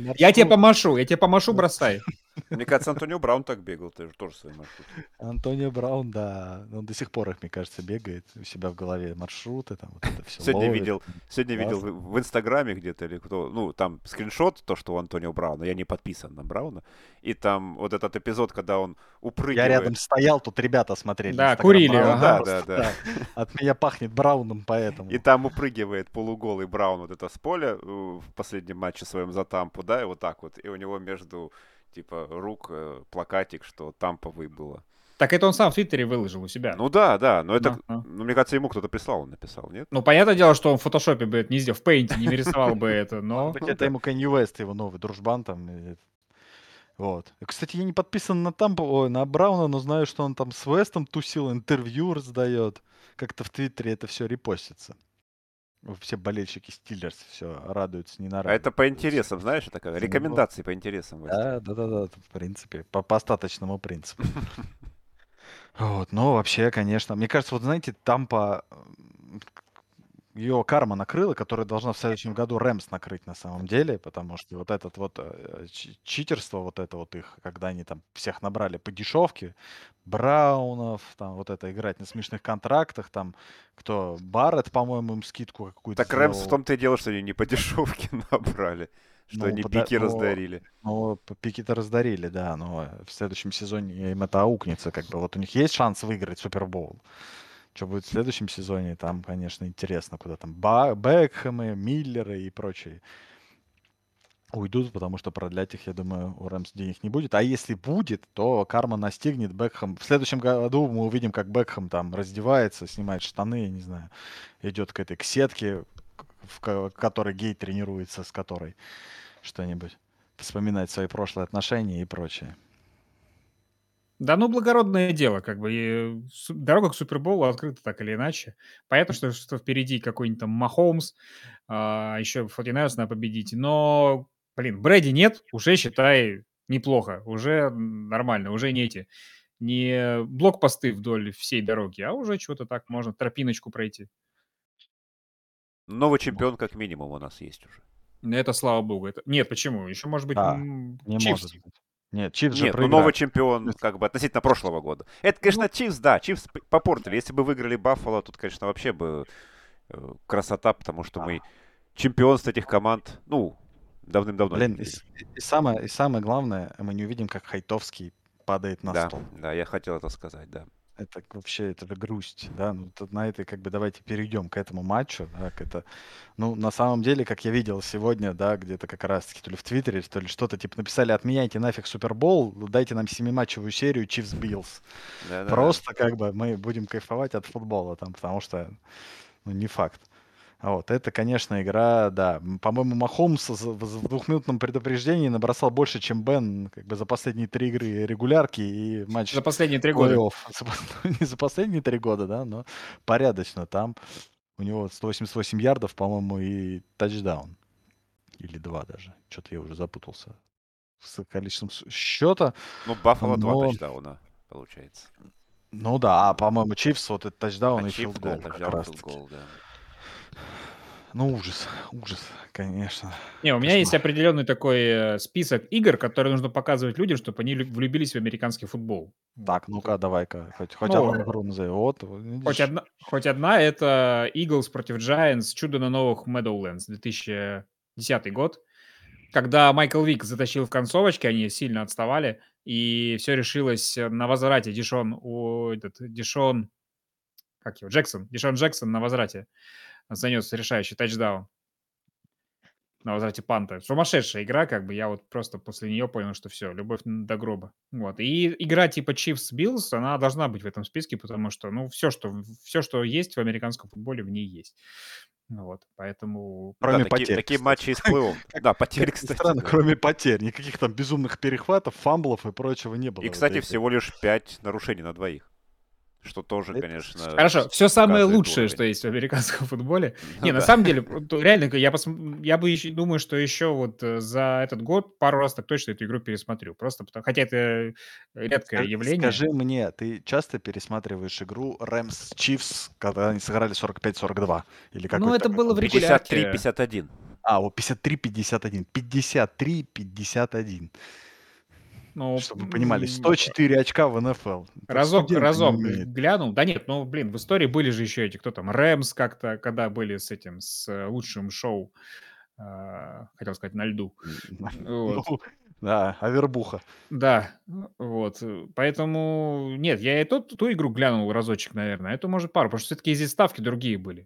я тебе помашу, да. бросай. Мне кажется, Антонио Браун так бегал, ты же тоже свои маршруты. Антонио Браун, да, он до сих пор их, мне кажется, бегает у себя в голове. Маршруты, там вот это все Сегодня ловит. видел, сегодня видел Классно. в Инстаграме где-то или кто, ну, там скриншот, то, что у Антонио Брауна, я не подписан на Брауна, и там вот этот эпизод, когда он Я рядом упрыгивает. стоял, тут ребята смотрели Да, Инстаграм курили, Брауна. Ну да, ага. да, Просто, да. да, от меня пахнет Брауном, И поэтому. там упрыгивает полуголый Браун вот это с поля в последнем матче своем за Тампу, да, и вот так вот. И у него между, типа, рук плакатик, что Тамповый было. Так это он сам в Твиттере выложил у себя. Ну да, да, но это, Ага. ну, мне кажется, ему кто-то прислал, он написал, нет? Ну, понятное дело, что он в фотошопе бы это не сделал, в пейнте не нарисовал бы это, Может но... быть, Ну это да. ему Кэнни Уэст, его новый дружбан там. Вот. Кстати, я не подписан на Тампу, ой, на Брауна, но знаю, что он там с Вестом тусил, интервью раздает. Как-то в Твиттере это все репостится. Все болельщики Стиллерс все радуются, не А это по нарадуются. интересам, знаешь, это как За него. рекомендации по интересам Веста. Да, в принципе, по остаточному принципу. Вот, ну, вообще, конечно, мне кажется, вот знаете, Тампа, ее карма накрыла, которая должна в следующем году Рэмс накрыть на самом деле, потому что вот этот вот читерство, вот это вот их, когда они там всех набрали по дешевке, Браунов, там вот это играть на смешных контрактах, там кто, Барретт, по-моему, им скидку какую-то Так Рэмс в сделал. том-то и дело, что они не по дешевке набрали, что Ну, они пики раздарили. пики-то раздарили, да, но в следующем сезоне им это аукнется, как бы. Вот у них есть шанс выиграть Супербоул. Что будет в следующем сезоне, там, конечно, интересно, куда там Бекхэмы, Миллеры и прочие уйдут, потому что продлять их, я думаю, у Рэмс денег не будет. А если будет, то карма настигнет Бекхэм. В следующем году мы увидим, как Бекхэм там раздевается, снимает штаны, я не знаю, идет к этой к сетке, в которой гей тренируется, с которой что-нибудь. Вспоминать свои прошлые отношения и прочее. Да, ну, благородное дело, как бы, и дорога к Суперболу открыта так или иначе. Понятно, что впереди какой-нибудь там Махомс, еще 49 надо победить, но, блин, Брэди нет, уже, считай, неплохо, уже нормально, уже не блокпосты вдоль всей дороги, а уже что-то так можно тропиночку пройти. Новый Ну, чемпион как минимум у нас есть уже. Это слава богу. Нет, почему? Еще может быть да, не может Чифс. быть. Нет, Чивс же Нет, ну новый проиграли. чемпион как бы относительно прошлого года. Это, конечно, Ну, Чивс, да, Чивс попортили. Если бы выиграли Баффало, тут, конечно, вообще бы красота, потому что мы чемпионство этих команд, ну, давным-давно не Блин, видели. и самое главное, мы не увидим, как Хайтовский падает на Да, стол. да, я хотел это сказать, да. Это вообще, это же грусть, да. Ну, тут на этой, как бы, давайте перейдем к этому матчу, да, ну, на самом деле, как я видел сегодня, да, где-то как раз-таки то ли в Твиттере, то ли что-то, типа, написали, отменяйте нафиг Супербол, дайте нам 7-матчевую серию Chiefs Bills. Да-да-да. Просто, как бы, мы будем кайфовать от футбола там, потому что, ну, не факт. Вот, это, конечно, игра, да. По-моему, Махомс в двухминутном предупреждении набросал больше, чем Бен, как бы, за последние 3 игры регулярки и матч за последние 3 года. плей-офф. Не за последние 3 года, да, но порядочно. Там у него 188 ярдов, по-моему, и тачдаун. Или 2 даже. Что-то я уже запутался с количеством счета. Ну, Баффало 2 Но, тачдауна, получается. ну да, по-моему, Чивс, вот этот тачдаун А и Чиф, да, филдгол как тачдаун, раз-таки. филдгол, да. Ну, ужас, конечно. Не, у меня есть Кошмар. определенный такой список игр, которые нужно показывать людям, чтобы они влюбились в американский футбол. Вот. Так, ну-ка, давай-ка, хоть Ну, одну игру назови. Вот, видишь. хоть одна это Eagles против Giants, чудо на новых Meadowlands, 2010 год, когда Майкл Вик затащил в концовочке, они сильно отставали, и все решилось на возврате. Дишон, как его, Дишон Джексон на возврате занес решающий тачдаун. На возврате панта. Сумасшедшая игра, как бы я вот просто после нее понял, что все, любовь до гроба. Вот. И игра типа Chiefs Bills, она должна быть в этом списке, потому что, ну, все, что есть в американском футболе, в ней есть. Ну вот, поэтому... Ну да, Кроме потерь, такие кстати. матчи из плей-офф. Да, потери, Как ни кстати, странно, да. кроме потерь. Никаких там безумных перехватов, фамблов и прочего не было И, в кстати, этой игре. всего лишь 5 нарушений на двоих. Что тоже, Это конечно, Хорошо, все самое показывает лучшее, что уровень. есть в американском футболе. Ну Не, на да. самом деле, реально, я бы думаю, что еще вот за этот год пару раз так точно эту игру пересмотрю. Просто потому, хотя это редкое явление. Скажи мне, ты часто пересматриваешь игру Рэмс Чифс, когда они сыграли 45-42? Или Ну, какой-то это такой было в футбол? регулярке. 53-51. Вот 53-51. 53-51. Ну, Чтобы вы понимали, 104 очка в НФЛ. Это студенты не разок умеют. глянул. Да нет, ну, блин, в истории были же еще эти, кто там, Рэмс как-то, когда были с этим, с лучшим шоу, хотел сказать, на льду. Вот. Ну, да, авербуха. Да, вот. Поэтому, нет, я и ту игру глянул разочек, наверное. Это, может, пару, потому что все-таки здесь ставки другие были.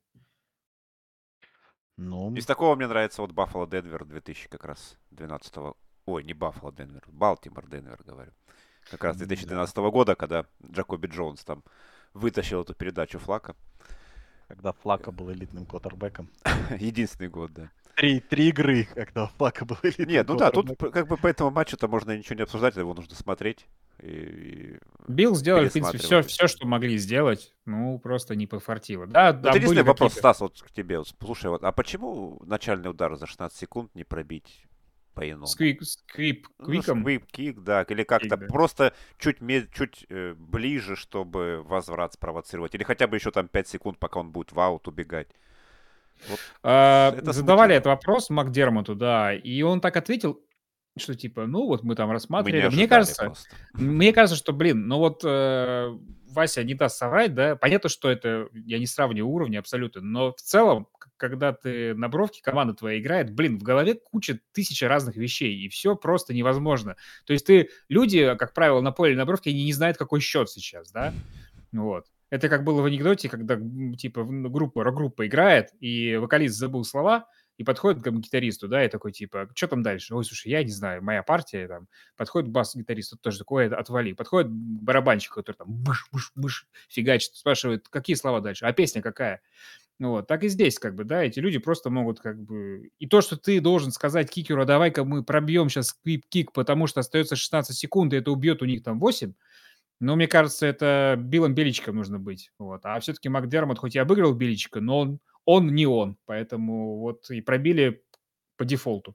Ну, Из такого мне нравится вот Баффало Денвер 2000 как раз 12-го. Ой, не Баффало Денвер, Балтимор Денвер, говорю. Как раз да. 2012 года, когда Джакоби Джонс там вытащил эту передачу Флака. Когда Флака был элитным квотербеком. Единственный год, да. Три игры, когда Флака был элитным Нет, ну да, тут квотербеком. как бы по этому матчу-то можно ничего не обсуждать, его нужно смотреть и Билл сделали, в принципе, пересматривать. все, что могли сделать. Ну, просто не пофартило. Да, Вот да, были единственный вопрос, какие-то... Стас, вот к тебе. Вот, слушай, вот, а почему начальный удар за 16 секунд не пробить по-иному? Ну, Квиком. сквип-кик, да, или Кик, как-то да. просто чуть ближе, чтобы возврат спровоцировать. Или хотя бы еще там 5 секунд, пока он будет в аут убегать. Вот это Задавали смутило. этот вопрос Макдермоту, да, и он так ответил, что типа, ну вот мы там Мы не рассматривали. ожидали просто. Мне кажется, что, блин, ну вот Вася не даст соврать, да, понятно, что это, я не сравниваю уровни абсолютно, но в целом, когда ты на бровке, команда твоя играет, блин, в голове куча тысячи разных вещей, и все просто невозможно. То есть люди, как правило, на поле на бровке, они не знают, какой счет сейчас, да, вот. Это как было в анекдоте, когда, типа, рок-группа играет, и вокалист забыл слова, и подходит к гитаристу, да, и такой, типа, что там дальше? Ой, слушай, я не знаю, моя партия, там, подходит бас-гитарист, тот тоже такой, отвали. Подходит барабанщик, который там быш-быш-быш фигачит, спрашивает, какие слова дальше, а песня какая? Ну вот, так и здесь, как бы, да, эти люди просто могут, как бы... И то, что ты должен сказать кикеру, а давай-ка мы пробьем сейчас кик, потому что остается 16 секунд, и это убьет у них там 8, ну, мне кажется, это Биллом Беличиком нужно быть. Вот. А все-таки Макдермот хоть и обыграл Беличика, но он не он. Поэтому вот и пробили по дефолту.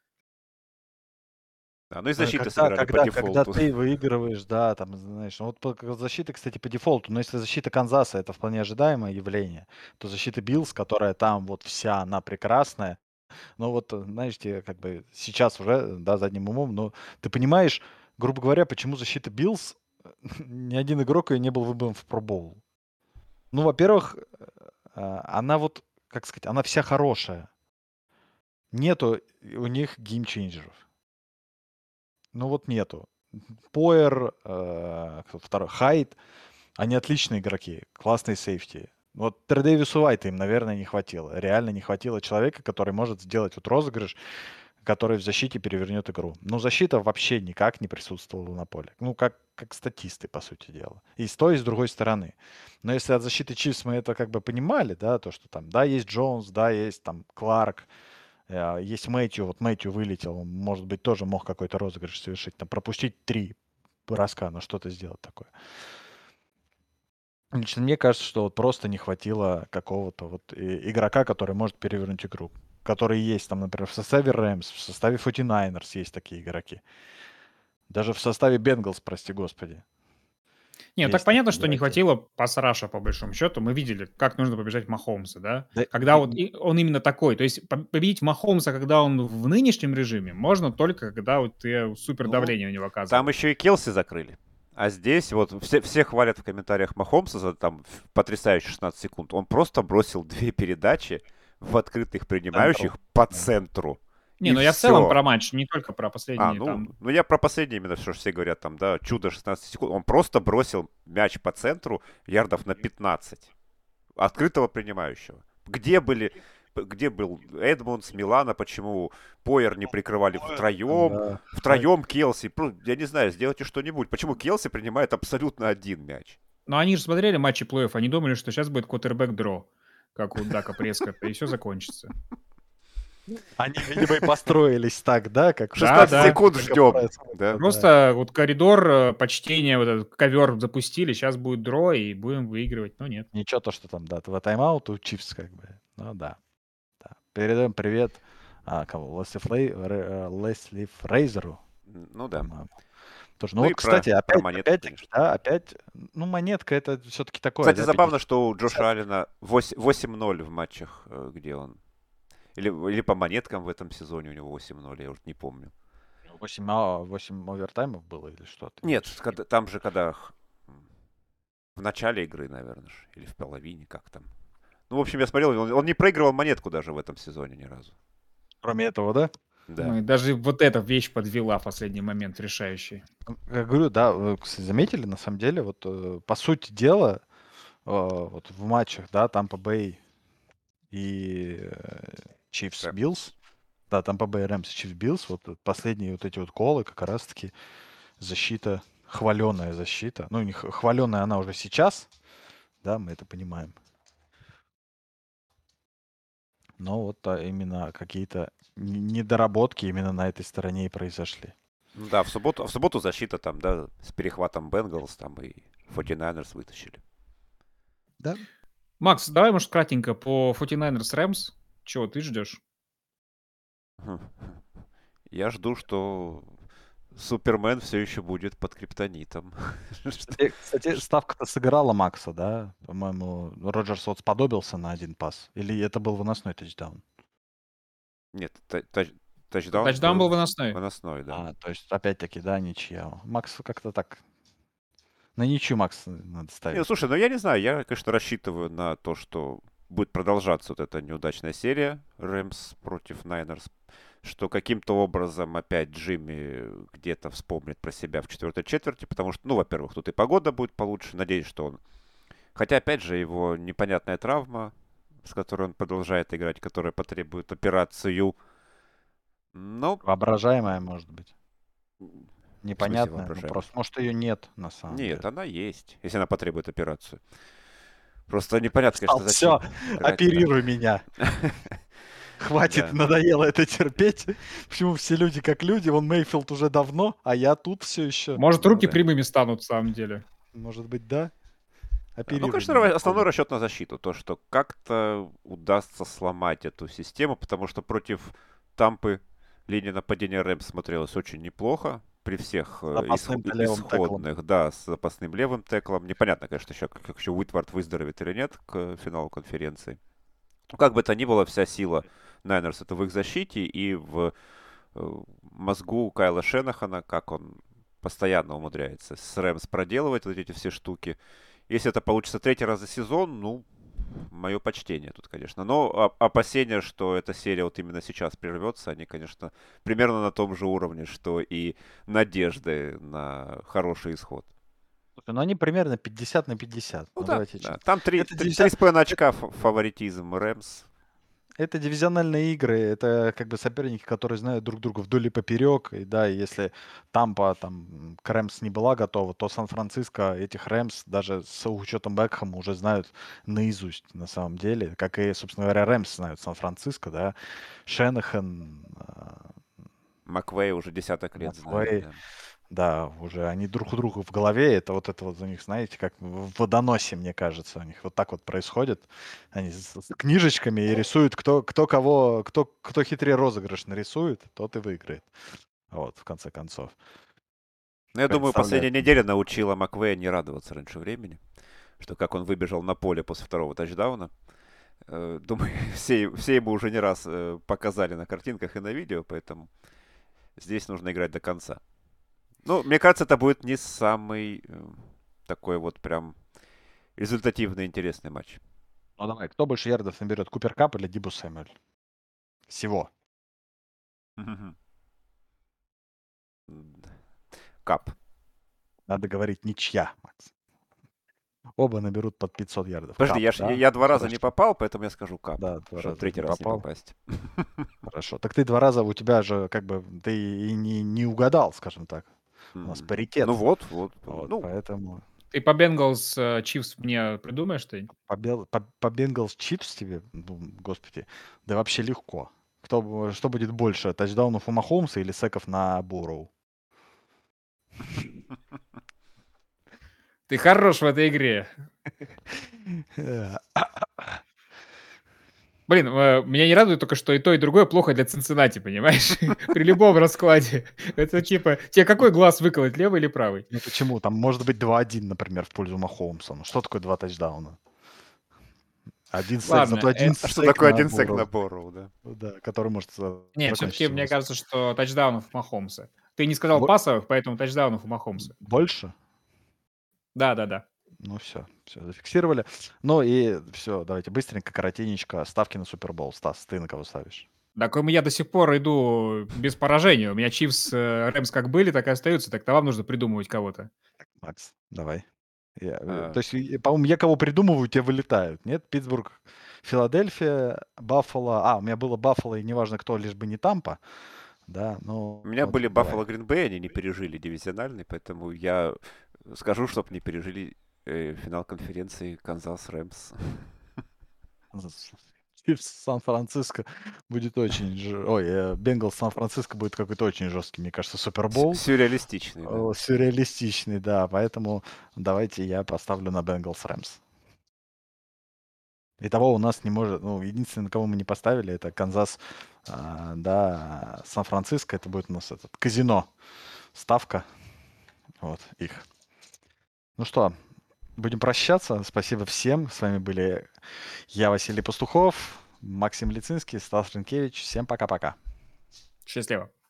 Да, ну и защиты Когда, сыграли по когда, когда дефолту. ты выигрываешь, да, там, знаешь, ну вот защита, кстати, по дефолту, но если защита Канзаса это вполне ожидаемое явление, то защита Биллс, которая там вот вся, она прекрасная, но вот, знаешь, тебе как бы сейчас уже, да, задним умом, но ты понимаешь, грубо говоря, почему защита Биллс, ни один игрок ее не был выбран в Pro Bowl. Ну, во-первых, она вот, как сказать, она вся хорошая. Нету у них геймчейнджеров. Ну вот нету. Поэр, кто второй, Хайд, они отличные игроки, классные сейфти. Вот Тердэвису Уайта им, наверное, не хватило. Реально не хватило человека, который может сделать вот розыгрыш, который в защите перевернет игру. Но защита вообще никак не присутствовала на поле. Ну, как статисты, по сути дела. И с той, и с другой стороны. Но если от защиты Чифс мы это как бы понимали, да, то, что там, да, есть Джонс, да, есть там Кларк, есть Мэтью, вот Мэтью вылетел, он, может быть, тоже мог какой-то розыгрыш совершить, там, пропустить 3 броска, но что-то сделать такое. Лично мне кажется, что вот просто не хватило какого-то вот игрока, который может перевернуть игру. Которые есть там, например, в составе Рэмс, в составе 49ers есть такие игроки. Даже в составе Бенгалс, прости господи, Не, ну так есть понятно, такие что не игроки. хватило пас-раша, по большому счету. Мы видели, как нужно побеждать Махомса, да? Да, Когда вот он именно такой. То есть победить Махомса, когда он в нынешнем режиме, можно только, когда вот ты супер Ну, давление на него там оказываешь. еще и Келси закрыли. А здесь вот все хвалят в комментариях Махомса за там потрясающие 16 секунд. Он просто бросил 2 передачи в открытых принимающих по Да. центру. Не, И ну я в целом все. про матч, не только про последние там. Ну я про последнее именно, что ж все говорят там, да, чудо 16 секунд. Он просто бросил мяч по центру ярдов на 15. Открытого принимающего. Где был Эдмундс, Милана, почему Пойер не прикрывали втроем? Да. Втроем Келси. Я не знаю, сделайте что-нибудь. Почему Келси принимает абсолютно один мяч? Но они же смотрели матчи плей-офф, они думали, что сейчас будет квотербек-дро, как у Дака Прескотта, и все закончится. Они, видимо, и построились так, да, как 16 да. секунд ждем. Да. Просто вот коридор почтения, вот этот ковер запустили, сейчас будет дро, и будем выигрывать, но нет. Ничего то, что там, да, в тайм-аут у Чифс как бы. Ну да. Передаем привет кому? Лесли Фрейзеру. Ну да. Там, тоже. Ну Ну и вот, кстати, про монетку, опять, конечно. да, опять, ну, монетка это все-таки такое, Кстати, да, забавно, что у 50. Джоша Аллена 8-0 в матчах, где он... Или по монеткам в этом сезоне у него 8-0, я уже не помню. 8 овертаймов было или что? Нет, там же когда в начале игры, наверное, или в половине, как там. Ну, в общем, я смотрел, он не проигрывал монетку даже в этом сезоне ни разу. Кроме этого, да? Да. Ну, и даже вот эта вещь подвела в последний момент решающий. Я говорю, да, вы, кстати, заметили, на самом деле, вот по сути дела, вот в матчах, да, Тампа Бэй и Чифс Рэмс. Биллс, да, Тампа Бэй Рэмс и Чифс Биллс, вот последние вот эти вот колы, как раз-таки защита, хваленая защита. Ну, не хваленая она уже сейчас, да, мы это понимаем. Но вот именно какие-то недоработки именно на этой стороне и произошли. Ну да, в субботу защита там, да, с перехватом Бенгалс там и 49ers вытащили. Да. Макс, давай, может, кратенько по 49ers Rams. Чего ты ждешь? Я жду, что Супермен все еще будет под криптонитом. Кстати, ставка-то сыграла Макса, да? По-моему, Роджерс вот сподобился на один пас. Или это был выносной тачдаун? Нет, тачдаун Тачдаун был выносной. Выносной, да. То есть опять-таки, да, ничья. Макс как-то так... На ничью Макс надо ставить. Не, слушай, ну я не знаю, я, конечно, рассчитываю на то, что будет продолжаться вот эта неудачная серия Рэмс против Найнерс, что каким-то образом опять Джимми где-то вспомнит про себя в четвертой четверти, потому что, ну, во-первых, тут и погода будет получше, надеюсь, что он... Хотя, опять же, его непонятная травма, с которой он продолжает играть, которая потребует операцию, ну... Воображаемая, может быть. Непонятная. воображаемая? Просто, может, ее нет на самом деле. Нет, она есть, если она потребует операцию. Просто непонятно, конечно, Все, зачем. играть оперируй меня. Хватит, Да. надоело это терпеть. Почему все люди как люди? Вон Мейфилд уже давно, а я тут все еще. Может, руки да. прямыми станут, в самом деле. Может быть, да? Ну, Оперируй конечно, меня. основной расчет на защиту. То, что как-то удастся сломать эту систему, потому что против Тампы линия нападения Рэмс смотрелась очень неплохо. При всех Запасным левым исходных, да, с запасным левым теклом. Непонятно, конечно, еще, как еще Уитвард выздоровеет или нет к финалу конференции. Ну, как бы то ни было, вся сила Найнерс это в их защите и в мозгу Кайла Шенахана, как он постоянно умудряется с Рэмс проделывать вот эти все штуки. Если это получится третий раз за сезон, ну, мое почтение тут, конечно. Но опасения, что эта серия вот именно сейчас прервется, они, конечно, примерно на том же уровне, что и надежды на хороший исход. Слушай, ну они примерно 50 на 50. Ну Ну, да, давайте да. честно. Там Это 3,5 очка фаворитизм Рэмс. Это дивизиональные игры, это как бы соперники, которые знают друг друга вдоль и поперек. И да, если Тампа, там, к Рэмс не была готова, то Сан-Франциско этих Рэмс даже с учетом Бекхэма уже знают наизусть на самом деле. Как и, собственно говоря, Рэмс знают Сан-Франциско, да. Шенахан, Маквей уже десяток лет знает, Маквей. да. Да, уже они друг у друга в голове. Это вот у них, знаете, как в водоносе, мне кажется, у них вот так вот происходит. Они с книжечками и рисуют, кто кого, кто хитрее розыгрыш нарисует, тот и выиграет. Вот, в конце концов. Ну, я думаю, Представляю. последняя неделя научила Маквея не радоваться раньше времени. Что как он выбежал на поле после второго тачдауна. Думаю, все ему уже не раз показали на картинках и на видео, поэтому здесь нужно играть до конца. Ну, мне кажется, это будет не самый такой вот прям результативный интересный матч. Ну давай, кто больше ярдов наберет, Купер Кап или Дибу Сэмюэль? Всего. Кап. Надо говорить ничья, Макс. Оба наберут под 500 ярдов. Подожди, Кап, да? я 2 раза не Хорошо. попал, поэтому я скажу кап. Да, 2 Чтобы раза третий не раз не попал. попасть. Хорошо. Так ты 2 раза, у тебя же как бы ты и не угадал, скажем так. У нас паритет. Ну вот. Вот, Ну, поэтому Ты по Бенгалс Чифс мне придумаешь что-нибудь? по Бенгалс Чипс тебе, ну, господи, да вообще легко. Что будет больше, тачдаунов у Махомса или секов на Бурроу? Ты хорош в этой игре. Блин, меня не радует только, что и то, и другое плохо для Цинциннати, понимаешь? При любом раскладе. Это типа, тебе какой глаз выколоть, левый или правый? Ну почему? Там может быть 2-1, например, в пользу Махомса. Ну что такое 2 тачдауна? Один сек, Ладно, зато один а что сек такое на один сек на Бурроу. Борроу, да? Да, который может Нет, закончить все-таки его мне успех. кажется, что тачдаунов у Махомса. Ты не сказал Бо- пасовых, поэтому тачдаунов у Махомса. Больше? Да. Ну все зафиксировали. Ну и все, давайте быстренько, коротенечко. Ставки на Супербол. Стас, ты на кого ставишь? Так я до сих пор иду без поражения. У меня Чивс, Рэмс как были, так и остаются. Так-то вам нужно придумывать кого-то. Макс, давай. То А, есть, по-моему, я кого придумываю, те вылетают. Нет? Питтсбург, Филадельфия, Баффало. У меня было Баффало, и неважно кто, лишь бы не Тампа. Да, ну У меня вот, были давай. Баффало Грин-Бэй, они не пережили дивизиональный, поэтому я скажу, чтобы не пережили финал конференции Канзас Рэмс. Чифс Сан-Франциско будет очень... Ой, Бенгалс Сан-Франциско будет какой-то очень жесткий, мне кажется, Супербол. Сюрреалистичный, да. Сюрреалистичный, да. Поэтому давайте я поставлю на Бенгалс Рэмс. Итого у нас не может... Ну, единственное, на кого мы не поставили, это Канзас, да, Сан-Франциско. Это будет у нас этот казино. Ставка. Вот, их. Ну что, будем прощаться. Спасибо всем. С вами были я, Василий Пастухов, Максим Лицинский, Стас Ренкевич. Всем пока-пока. Счастливо.